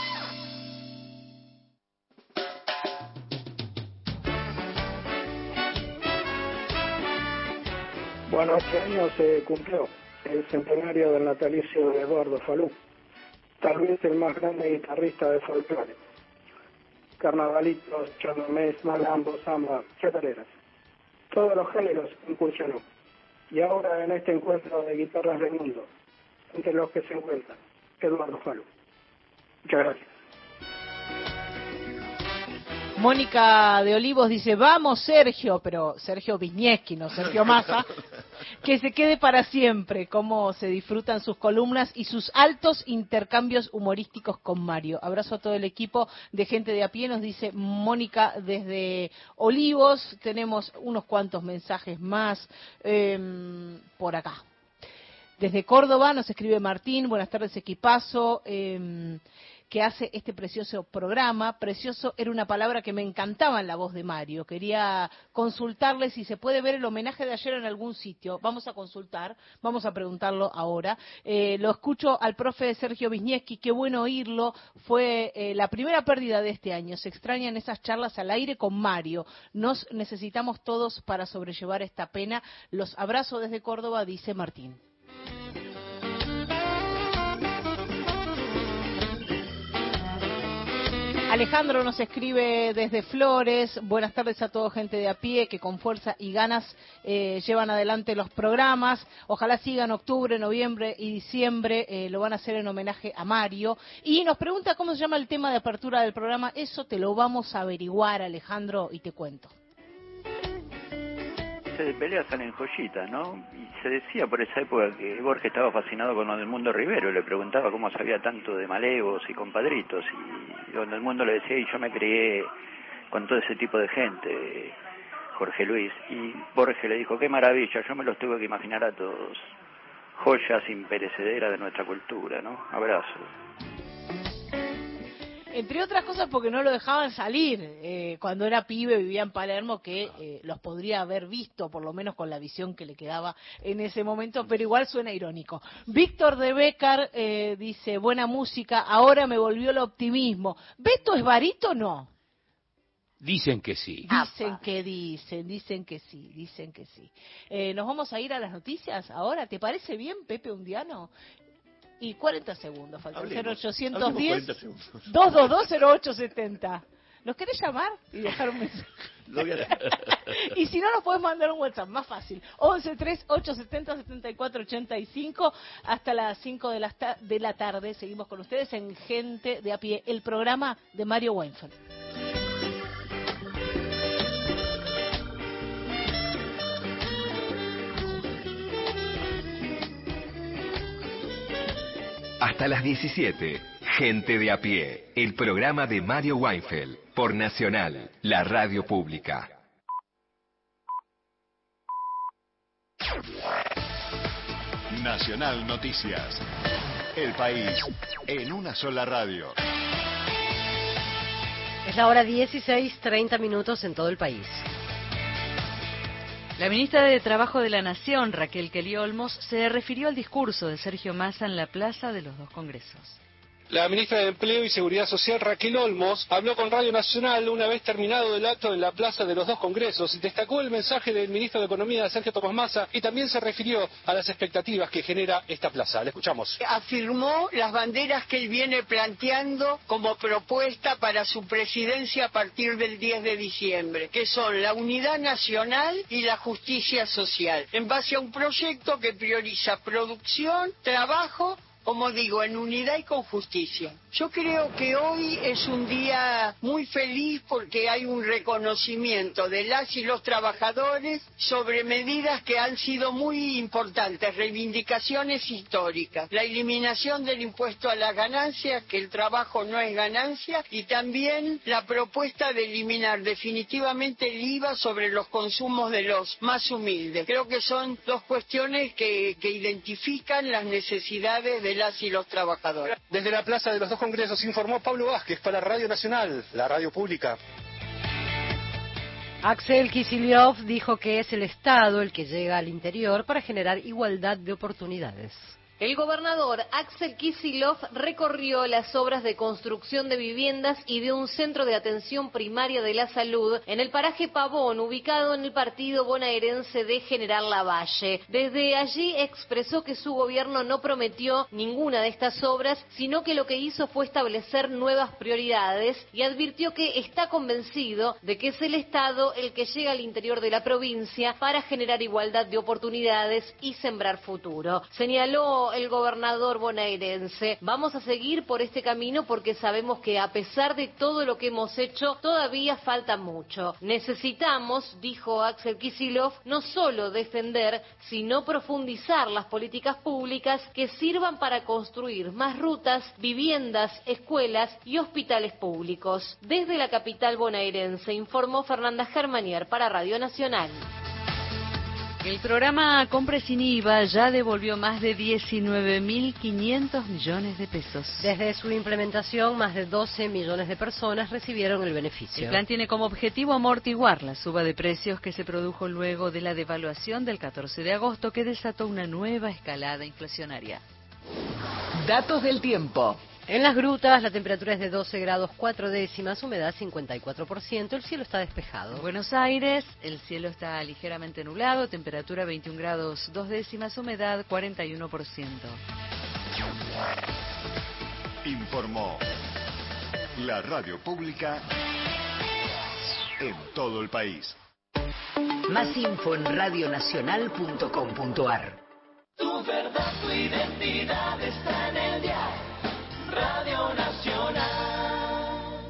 Bueno, este año se cumplió el centenario del natalicio de Eduardo Falú, tal vez el más grande guitarrista de folclore. Carnavalitos, chamamés, malambo, samba, chacareras. Todos los géneros incursionó. Y ahora en este encuentro de guitarras del mundo, entre los que se encuentra Eduardo Falú. Muchas gracias. Mónica de Olivos dice, vamos Sergio, pero Sergio Viñeschi, no Sergio Massa, que se quede para siempre, cómo se disfrutan sus columnas y sus altos intercambios humorísticos con Mario. Abrazo a todo el equipo de Gente de a pie, nos dice Mónica desde Olivos. Tenemos unos cuantos mensajes más eh, por acá. Desde Córdoba nos escribe Martín, buenas tardes equipazo, eh, que hace este precioso programa. Precioso era una palabra que me encantaba en la voz de Mario. Quería consultarle si se puede ver el homenaje de ayer en algún sitio. Vamos a consultar, vamos a preguntarlo ahora. Eh, lo escucho al profe Sergio Viñeschi, qué bueno oírlo. Fue eh, la primera pérdida de este año. Se extrañan esas charlas al aire con Mario. Nos necesitamos todos para sobrellevar esta pena. Los abrazo desde Córdoba, dice Martín. Alejandro nos escribe desde Flores, buenas tardes a toda gente de a pie que con fuerza y ganas eh, llevan adelante los programas, ojalá sigan octubre, noviembre y diciembre, eh, lo van a hacer en homenaje a Mario, y nos pregunta cómo se llama el tema de apertura del programa. Eso te lo vamos a averiguar, Alejandro, y te cuento. De peleas salen joyitas, ¿no? Y se decía por esa época que Borges estaba fascinado con lo del Mundo Rivero, le preguntaba cómo sabía tanto de malevos y compadritos, y donde el mundo le decía, y yo me crié con todo ese tipo de gente, Jorge Luis, y Borges le dijo, qué maravilla, yo me los tuve que imaginar a todos, joyas imperecederas de nuestra cultura, ¿no? Abrazo. Entre otras cosas porque no lo dejaban salir. Eh, cuando era pibe vivía en Palermo, que eh, los podría haber visto, por lo menos con la visión que le quedaba en ese momento, pero igual suena irónico. Víctor de Becar eh, dice, buena música, ahora me volvió el optimismo. ¿Beto es barítono? Dicen que sí. Dicen que dicen, dicen que sí, dicen que sí. Eh, ¿Nos vamos a ir a las noticias ahora? ¿Te parece bien, Pepe Undiano? Y cuarenta segundos, faltan cero ochocientos diez, doscientos veintidós, cero ocho setenta. ¿Nos querés llamar y dejar un mensaje? Y si no, nos podés mandar un WhatsApp, más fácil. once tres ocho setenta setenta y cuatro ochenta y cinco. Hasta las cinco de la, de la tarde seguimos con ustedes en Gente de a pie, el programa de Mario Weinfeld. Hasta las diecisiete, Gente de a pie, el programa de Mario Weinfeld, por Nacional, la radio pública. Nacional Noticias. El país en una sola radio. Es la hora dieciséis, treinta minutos en todo el país. La ministra de Trabajo de la Nación, Raquel Kelly Olmos, se refirió al discurso de Sergio Massa en la Plaza de los Dos Congresos. La ministra de Empleo y Seguridad Social, Raquel Olmos, habló con Radio Nacional una vez terminado el acto en la Plaza de los Dos Congresos y destacó el mensaje del ministro de Economía, Sergio Tomás Massa, y también se refirió a las expectativas que genera esta plaza. Le escuchamos. Afirmó las banderas que él viene planteando como propuesta para su presidencia a partir del diez de diciembre, que son la unidad nacional y la justicia social, en base a un proyecto que prioriza producción, trabajo, como digo, en unidad y con justicia. Yo creo que hoy es un día muy feliz porque hay un reconocimiento de las y los trabajadores sobre medidas que han sido muy importantes, reivindicaciones históricas, la eliminación del impuesto a las ganancias, que el trabajo no es ganancia, y también la propuesta de eliminar definitivamente el I V A sobre los consumos de los más humildes. Creo que son dos cuestiones que, que identifican las necesidades de de las y los trabajadores. Desde la Plaza de los Dos Congresos informó Pablo Vázquez para Radio Nacional, la radio pública. Axel Kicillof dijo que es el Estado el que llega al interior para generar igualdad de oportunidades. El gobernador Axel Kicillof recorrió las obras de construcción de viviendas y de un centro de atención primaria de la salud en el paraje Pavón, ubicado en el partido bonaerense de General Lavalle. Desde allí expresó que su gobierno no prometió ninguna de estas obras, sino que lo que hizo fue establecer nuevas prioridades y advirtió que está convencido de que es el Estado el que llega al interior de la provincia para generar igualdad de oportunidades y sembrar futuro. Señaló el gobernador bonaerense: vamos a seguir por este camino porque sabemos que a pesar de todo lo que hemos hecho, todavía falta mucho. Necesitamos, dijo Axel Kicillof, no solo defender, sino profundizar las políticas públicas que sirvan para construir más rutas, viviendas, escuelas y hospitales públicos. Desde la capital bonaerense informó Fernanda Germanier para Radio Nacional. El programa Compre sin I V A ya devolvió más de diecinueve mil quinientos millones de pesos. Desde su implementación, más de doce millones de personas recibieron el beneficio. El plan tiene como objetivo amortiguar la suba de precios que se produjo luego de la devaluación del catorce de agosto, que desató una nueva escalada inflacionaria. Datos del tiempo. En las grutas la temperatura es de doce grados cuatro décimas, humedad cincuenta y cuatro por ciento, el cielo está despejado. En Buenos Aires el cielo está ligeramente nublado, temperatura veintiún grados dos décimas, humedad cuarenta y uno por ciento. Informó la radio pública en todo el país. Más info en radio nacional punto com punto a r. Tu verdad, tu identidad está en el diario. Radio Nacional.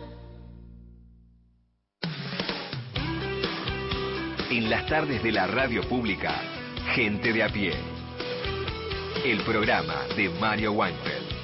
En las tardes de la radio pública, Gente de a pie. El programa de Mario Weinfeld.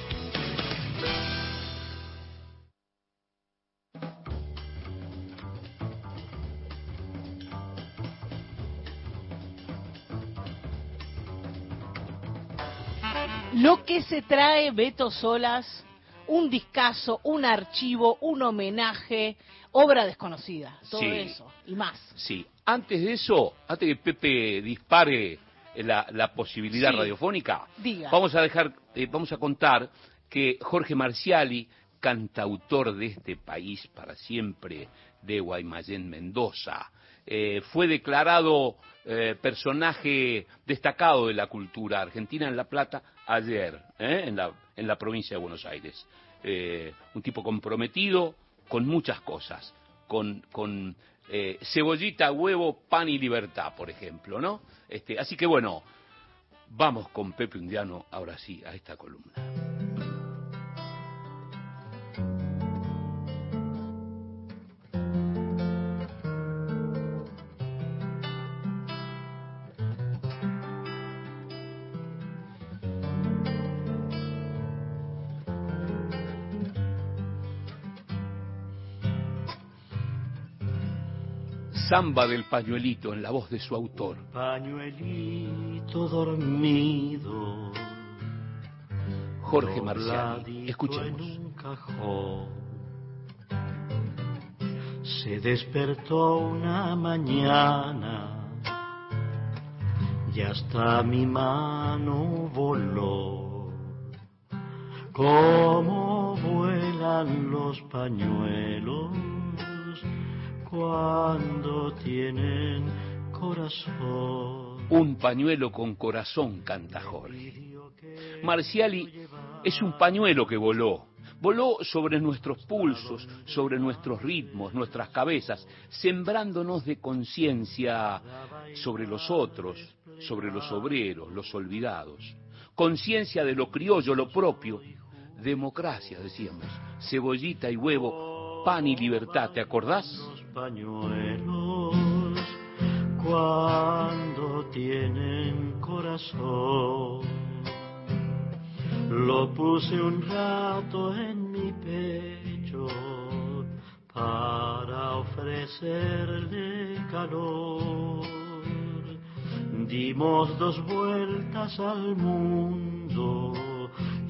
Lo que se trae Beto Solas, un discazo, un archivo, un homenaje, obra desconocida, todo Sí. eso y más. Sí, antes de eso, antes que Pepe dispare la, la posibilidad Sí. radiofónica, Diga. vamos a dejar, eh, vamos a contar que Jorge Marciali, cantautor de este país para siempre, de Guaymallén, Mendoza, eh, fue declarado eh, personaje destacado de la cultura argentina en La Plata ayer, eh, en, la, en la provincia de Buenos Aires. Eh, un tipo comprometido con muchas cosas, con, con eh, cebollita, huevo, pan y libertad, por ejemplo, ¿no? Este, así que bueno, vamos con Pepe Undiano ahora sí a esta columna. Samba del pañuelito en la voz de su autor. Pañuelito dormido, Jorge Marciali. dobladito Escuchemos. en un cajón. Se despertó una mañana y hasta mi mano voló. Cómo vuelan los pañuelos cuando tienen corazón. Un pañuelo con corazón, canta Jorge. Marciali es un pañuelo que voló. Voló sobre nuestros pulsos, sobre nuestros ritmos, nuestras cabezas, sembrándonos de conciencia sobre los otros, sobre los obreros, los olvidados. Conciencia de lo criollo, lo propio. Democracia, decíamos. Cebollita y huevo, pan y libertad, ¿te acordás? Pañuelos cuando tienen corazón. Lo puse un rato en mi pecho para ofrecerle calor. Dimos dos vueltas al mundo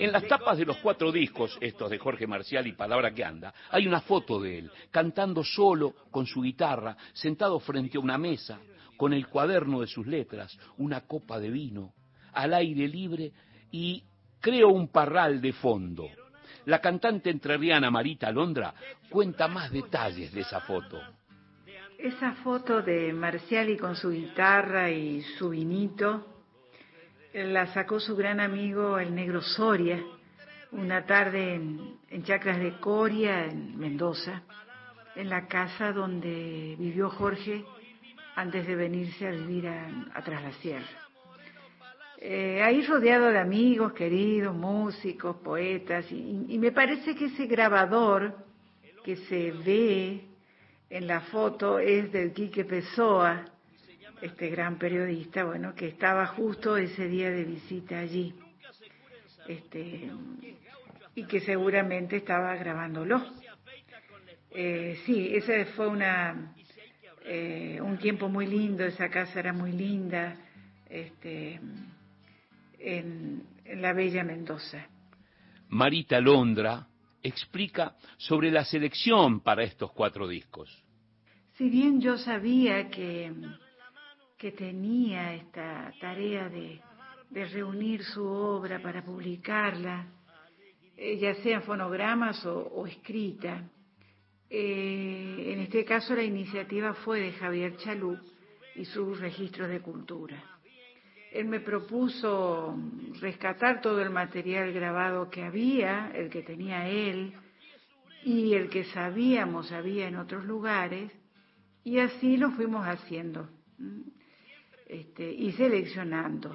En las tapas de los cuatro discos, estos de Jorge Marciali, Palabra que anda, hay una foto de él, cantando solo, con su guitarra, sentado frente a una mesa, con el cuaderno de sus letras, una copa de vino, al aire libre y, creo, un parral de fondo. La cantante entrerriana Marita Alondra cuenta más detalles de esa foto. Esa foto de Marciali con su guitarra y su vinito la sacó su gran amigo el Negro Soria una tarde en, en Chacras de Coria, en Mendoza, en la casa donde vivió Jorge antes de venirse a vivir a, a Tras la Sierra. Eh, ahí rodeado de amigos, queridos, músicos, poetas, y, y me parece que ese grabador que se ve en la foto es del Quique Pessoa, este gran periodista, bueno, que estaba justo ese día de visita allí, este, y que seguramente estaba grabándolo. Eh, sí, ese fue una eh, un tiempo muy lindo, esa casa era muy linda, este, en, en la bella Mendoza. Marita Alondra explica sobre la selección para estos cuatro discos. Si bien yo sabía que, que tenía esta tarea de, de reunir su obra para publicarla, eh, ya sea en fonogramas o, o escrita, eh, en este caso la iniciativa fue de Javier Chalup y sus registros de cultura. Él me propuso rescatar todo el material grabado que había, el que tenía él y el que sabíamos había en otros lugares, y así lo fuimos haciendo este, y seleccionando.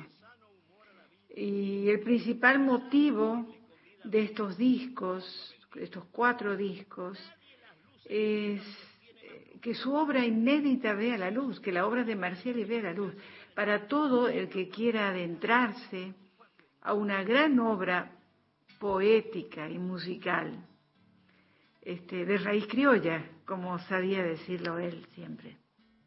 Y el principal motivo de estos discos, estos cuatro discos, es que su obra inédita vea la luz, que la obra de Marciali vea la luz. Para todo el que quiera adentrarse a una gran obra poética y musical, este, de raíz criolla, como sabía decirlo él siempre.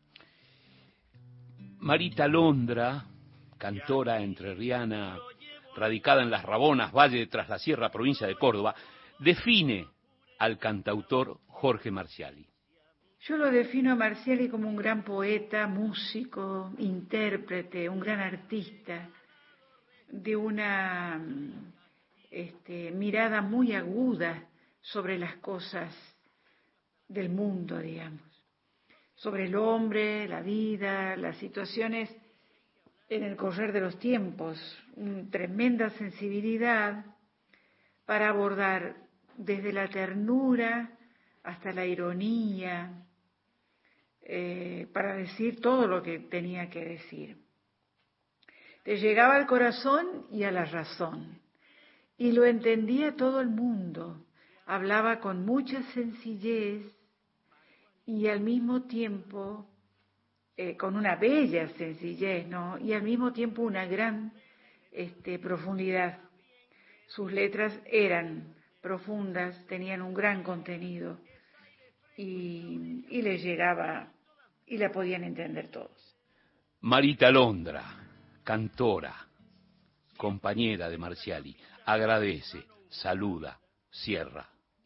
Marita Alondra, cantora entrerriana, radicada en Las Rabonas, Valle de Tras la Sierra, provincia de Córdoba, define al cantautor Jorge Marciali. Yo lo defino a Marciali como un gran poeta, músico, intérprete, un gran artista, de una este, mirada muy aguda sobre las cosas del mundo, digamos, sobre el hombre, la vida, las situaciones en el correr de los tiempos, una tremenda sensibilidad para abordar desde la ternura hasta la ironía, Eh, para decir todo lo que tenía que decir. Le llegaba al corazón y a la razón, y lo entendía todo el mundo. Hablaba con mucha sencillez y al mismo tiempo, eh, con una bella sencillez, ¿no? Y al mismo tiempo una gran este, profundidad. Sus letras eran profundas, tenían un gran contenido y, y les llegaba y la podían entender todos. Marita Alondra, cantora, compañera de Marciali, agradece, saluda, cierra.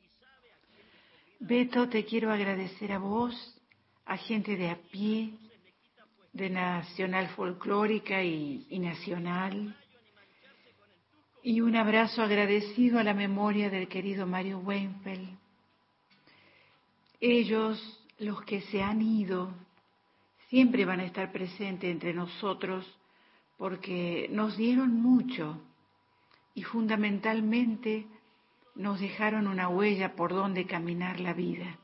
Beto, te quiero agradecer a vos, a gente de a pie, de Nacional Folclórica y, y Nacional, y un abrazo agradecido a la memoria del querido Mario Weinfeld. Ellos, los que se han ido, siempre van a estar presentes entre nosotros porque nos dieron mucho y fundamentalmente nos dejaron una huella por donde caminar la vida.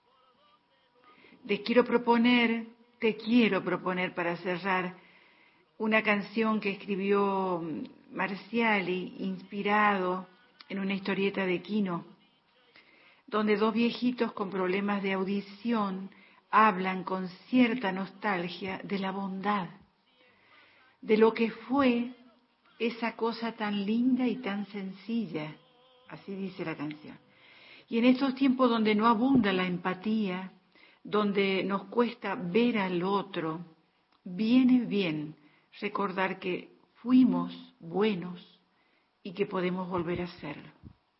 Les quiero proponer, te quiero proponer para cerrar, una canción que escribió Marciali, inspirado en una historieta de Quino, donde dos viejitos con problemas de audición hablan con cierta nostalgia de la bondad, de lo que fue esa cosa tan linda y tan sencilla, así dice la canción. Y en estos tiempos donde no abunda la empatía, donde nos cuesta ver al otro, viene bien recordar que fuimos buenos y que podemos volver a hacerlo.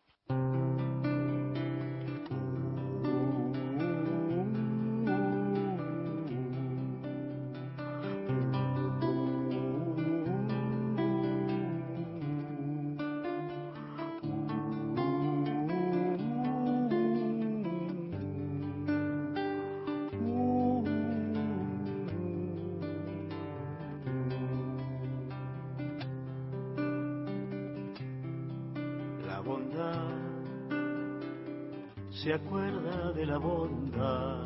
Se acuerda de la bondad,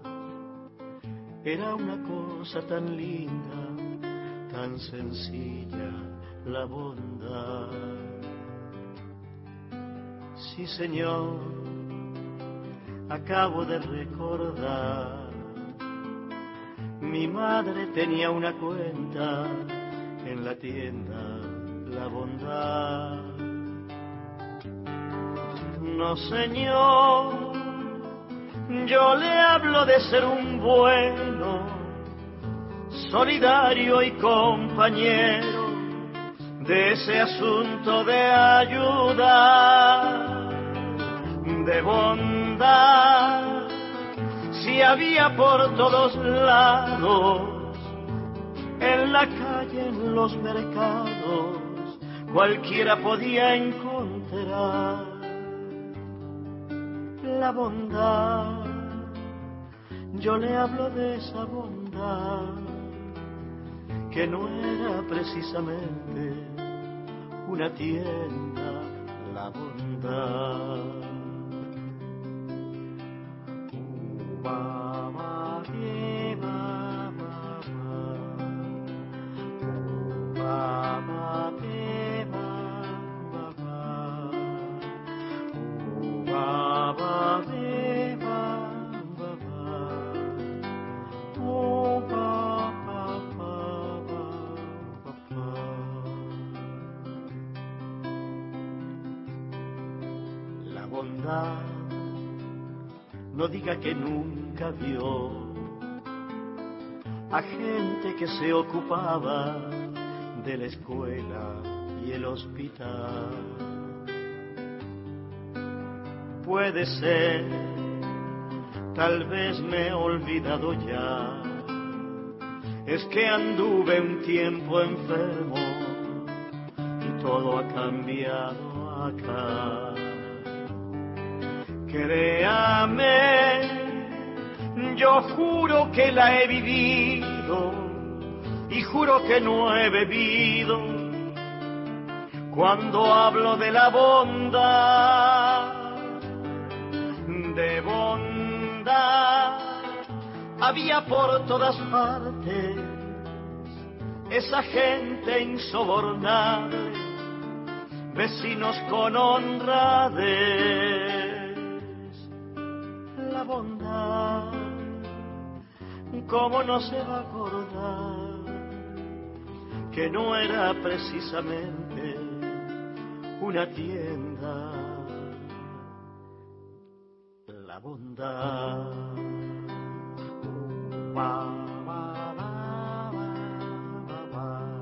era una cosa tan linda, tan sencilla la bondad. Sí, señor, acabo de recordar, mi madre tenía una cuenta en la tienda La Bondad. No, señor, yo le hablo de ser un bueno, solidario y compañero, de ese asunto de ayuda, de bondad. Si había por todos lados, en la calle, en los mercados, cualquiera podía encontrar la bondad. Yo le hablo de esa bondad que no era precisamente una tienda, la bondad. Ba, ba, ye, ba, ba, ba. Ba, ba, ye, ba, ba, ba. Ba, ba, ye, ba, ba, ba. Oh, ba, ba, ba, ba, ba, ba. La bondad no diga que nunca vio a gente que se ocupaba de la escuela y el hospital. Puede ser, tal vez me he olvidado ya, es que anduve un tiempo enfermo y todo ha cambiado acá. Créame, yo juro que la he vivido y juro que no he bebido cuando hablo de la bondad, de bondad. Había por todas partes esa gente insobornable, vecinos con honradez. La bondad, ¿cómo no se va a acordar que no era precisamente una tienda? La bondad. Ba, ba, ba, ba, ba,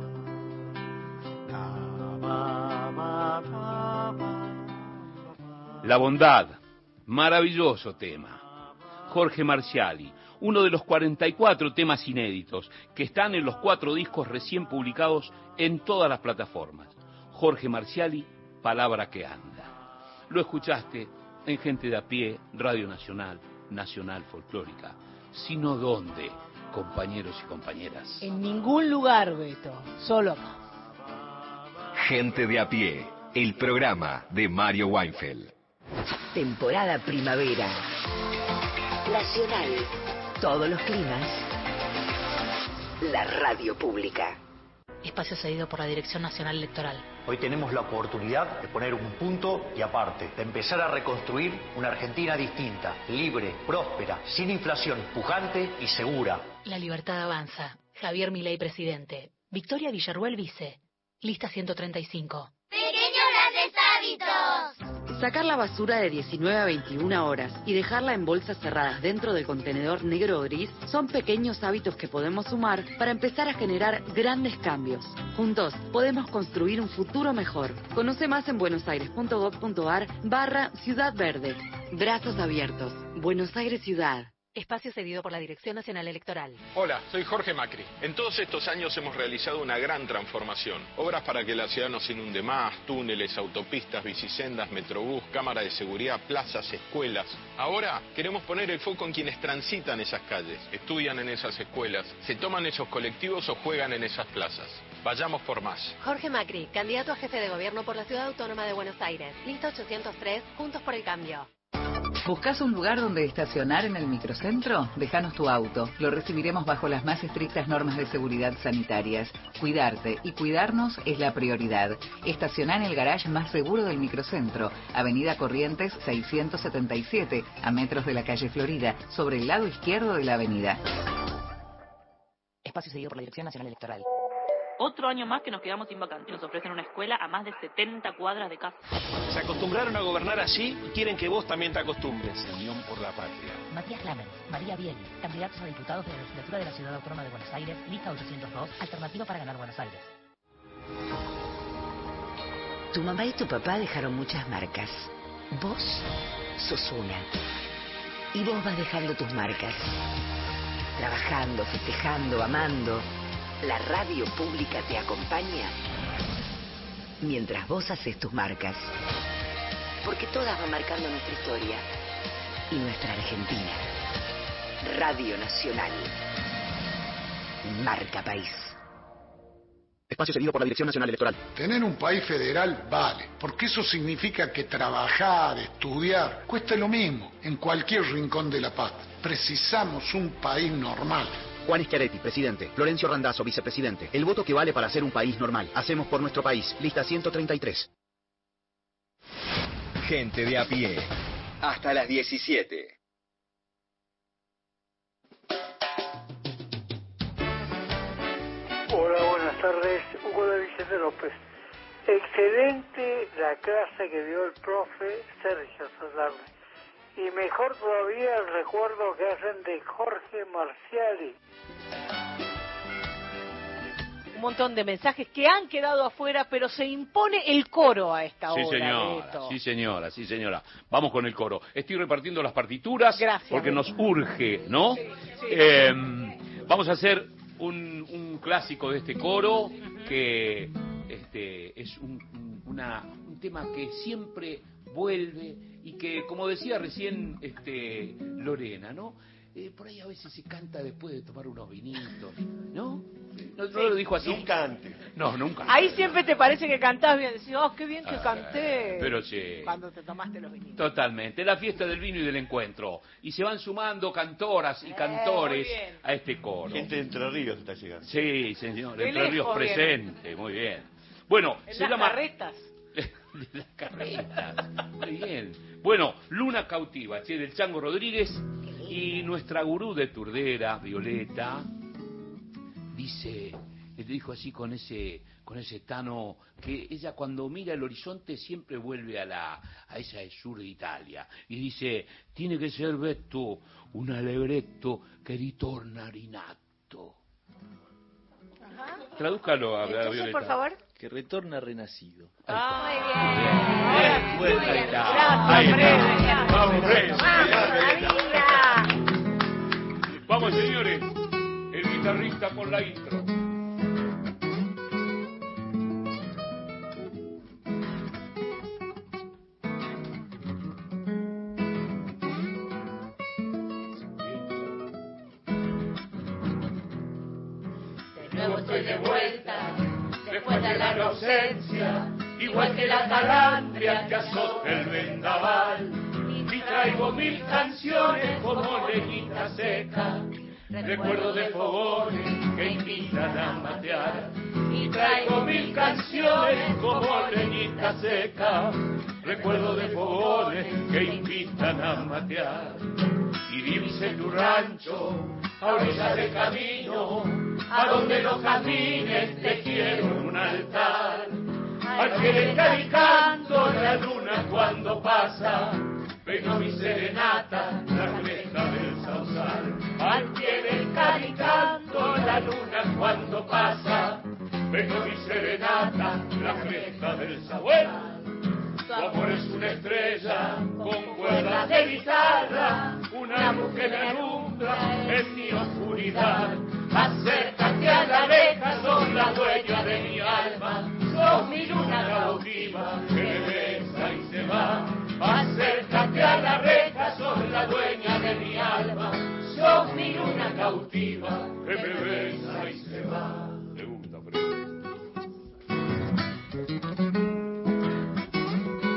ba, ba, ba, ba. La bondad, maravilloso tema. Jorge Marciali, uno de los cuarenta y cuatro temas inéditos que están en los cuatro discos recién publicados en todas las plataformas. Jorge Marciali, Palabra que anda. Lo escuchaste en Gente de a Pie, Radio Nacional, Nacional Folclórica. Sino dónde, compañeros y compañeras. En ningún lugar, Beto, solo acá. Gente de a Pie, el programa de Mario Weinfeld. Temporada primavera. Nacional. Todos los climas. La radio pública. Espacio cedido por la Dirección Nacional Electoral. Hoy tenemos la oportunidad de poner un punto y aparte, de empezar a reconstruir una Argentina distinta, libre, próspera, sin inflación, pujante y segura. La libertad avanza. Javier Milei, presidente. Victoria Villarruel, vice. Lista ciento treinta y cinco. Pequeños grandes hábitos. Sacar la basura de diecinueve a veintiuna horas y dejarla en bolsas cerradas dentro del contenedor negro o gris son pequeños hábitos que podemos sumar para empezar a generar grandes cambios. Juntos podemos construir un futuro mejor. Conoce más en buenosaires.gov.ar barra Ciudad Verde. Brazos abiertos. Buenos Aires Ciudad. Espacio cedido por la Dirección Nacional Electoral. Hola, soy Jorge Macri. En todos estos años hemos realizado una gran transformación. Obras para que la ciudad no se inunde más, túneles, autopistas, bicisendas, metrobús, cámara de seguridad, plazas, escuelas. Ahora queremos poner el foco en quienes transitan esas calles, estudian en esas escuelas, se toman esos colectivos o juegan en esas plazas. Vayamos por más. Jorge Macri, candidato a jefe de gobierno por la Ciudad Autónoma de Buenos Aires. Lista ochocientos tres, Juntos por el Cambio. ¿Buscas un lugar donde estacionar en el microcentro? Déjanos tu auto. Lo recibiremos bajo las más estrictas normas de seguridad sanitarias. Cuidarte y cuidarnos es la prioridad. Estacioná en el garage más seguro del microcentro, Avenida Corrientes seiscientos setenta y siete, a metros de la calle Florida, sobre el lado izquierdo de la avenida. Espacio seguido por la Dirección Nacional Electoral. Otro año más que nos quedamos sin vacantes. Nos ofrecen una escuela a más de setenta cuadras de casa. Se acostumbraron a gobernar así y quieren que vos también te acostumbres. Unión por la Patria. Matías Lamens, María Bieli, candidatos a diputados de la legislatura de la Ciudad Autónoma de Buenos Aires, lista ochocientos dos, alternativa para ganar Buenos Aires. Tu mamá y tu papá dejaron muchas marcas. Vos sos una. Y vos vas dejando tus marcas. Trabajando, festejando, amando. La radio pública te acompaña mientras vos haces tus marcas. Porque todas van marcando nuestra historia y nuestra Argentina. Radio Nacional. Marca país. Espacio cedido por la Dirección Nacional Electoral. Tener un país federal vale, porque eso significa que trabajar, estudiar, cuesta lo mismo en cualquier rincón de la paz. Precisamos un país normal. Juan Schiaretti, presidente. Florencio Randazzo, vicepresidente. El voto que vale para ser un país normal. Hacemos por nuestro país. Lista ciento treinta y tres. Gente de a pie. Hasta las diecisiete. Hola, buenas tardes. Hugo de Vicente López. Excelente la clase que dio el profe Sergio Solarme. Y mejor todavía el recuerdo que hacen de Jorge Marciali. Un montón de mensajes que han quedado afuera, pero se impone el coro a esta sí, hora. Señora, Beto. sí, señora, sí, señora. Vamos con el coro. Estoy repartiendo las partituras. Gracias, porque Beto. nos urge, ¿no? Sí, sí. Eh, vamos a hacer un, un clásico de este coro que este, es un, una, un tema que siempre vuelve y que, como decía recién este, Lorena, ¿no? Eh, por ahí a veces se canta después de tomar unos vinitos, ¿no? No, no lo dijo así. Nunca antes. No, nunca. Ahí siempre te parece que cantás bien. Decís, oh, qué bien que ah, canté. Pero sí. Cuando te tomaste los vinitos. Totalmente. La fiesta del vino y del encuentro. Y se van sumando cantoras y cantores eh, a este coro. Gente de Entre Ríos está llegando. Sí, señor. De Entre Ríos lejos, presente. Bien. Muy bien. Bueno, en se las llama... carretas. de las carretas. Muy bien. Bueno, Luna Cautiva, che, del Chango Rodríguez. Y nuestra gurú de Turdera, Violeta, dice, le dijo así con ese, con ese tano, que ella cuando mira el horizonte siempre vuelve a la, a esa sur de Italia. Y dice, tiene que ser Beto, un allegretto che ritorna rinato. Ajá. Tradúzcalo a, a Entonces, Violeta. por favor. Que retorna renacido. Ah, muy bien. Ahí está. Gracias, Vamos, Fred. Vamos, Vamos, señores. El guitarrista con la intro. De nuevo estoy de vuelta, después de la ausencia, igual que la calandria que azota el vendaval. Y traigo mil canciones como leñita seca, recuerdos de fogones que invitan a matear. Y traigo mil canciones como leñita seca, recuerdos de fogones que invitan a matear. Y divise tu rancho a orilla de camino, a donde no camines te quiero en un altar. Al que le está dedicando la luna cuando cuando pasa. Vengo mi serenata, la cresta del sausal. Al pie del calicanto, la luna cuando pasa. Vengo mi serenata, la cresta del sausal. Tu amor es una estrella con cuerdas de guitarra, una luz que me alumbra en mi oscuridad. Acércate a la reja, sos la dueña de mi alma, sos mi luna cautiva que me besa y se va. Acércate a la reja, sos la dueña de mi alma, sos mi luna cautiva que me besa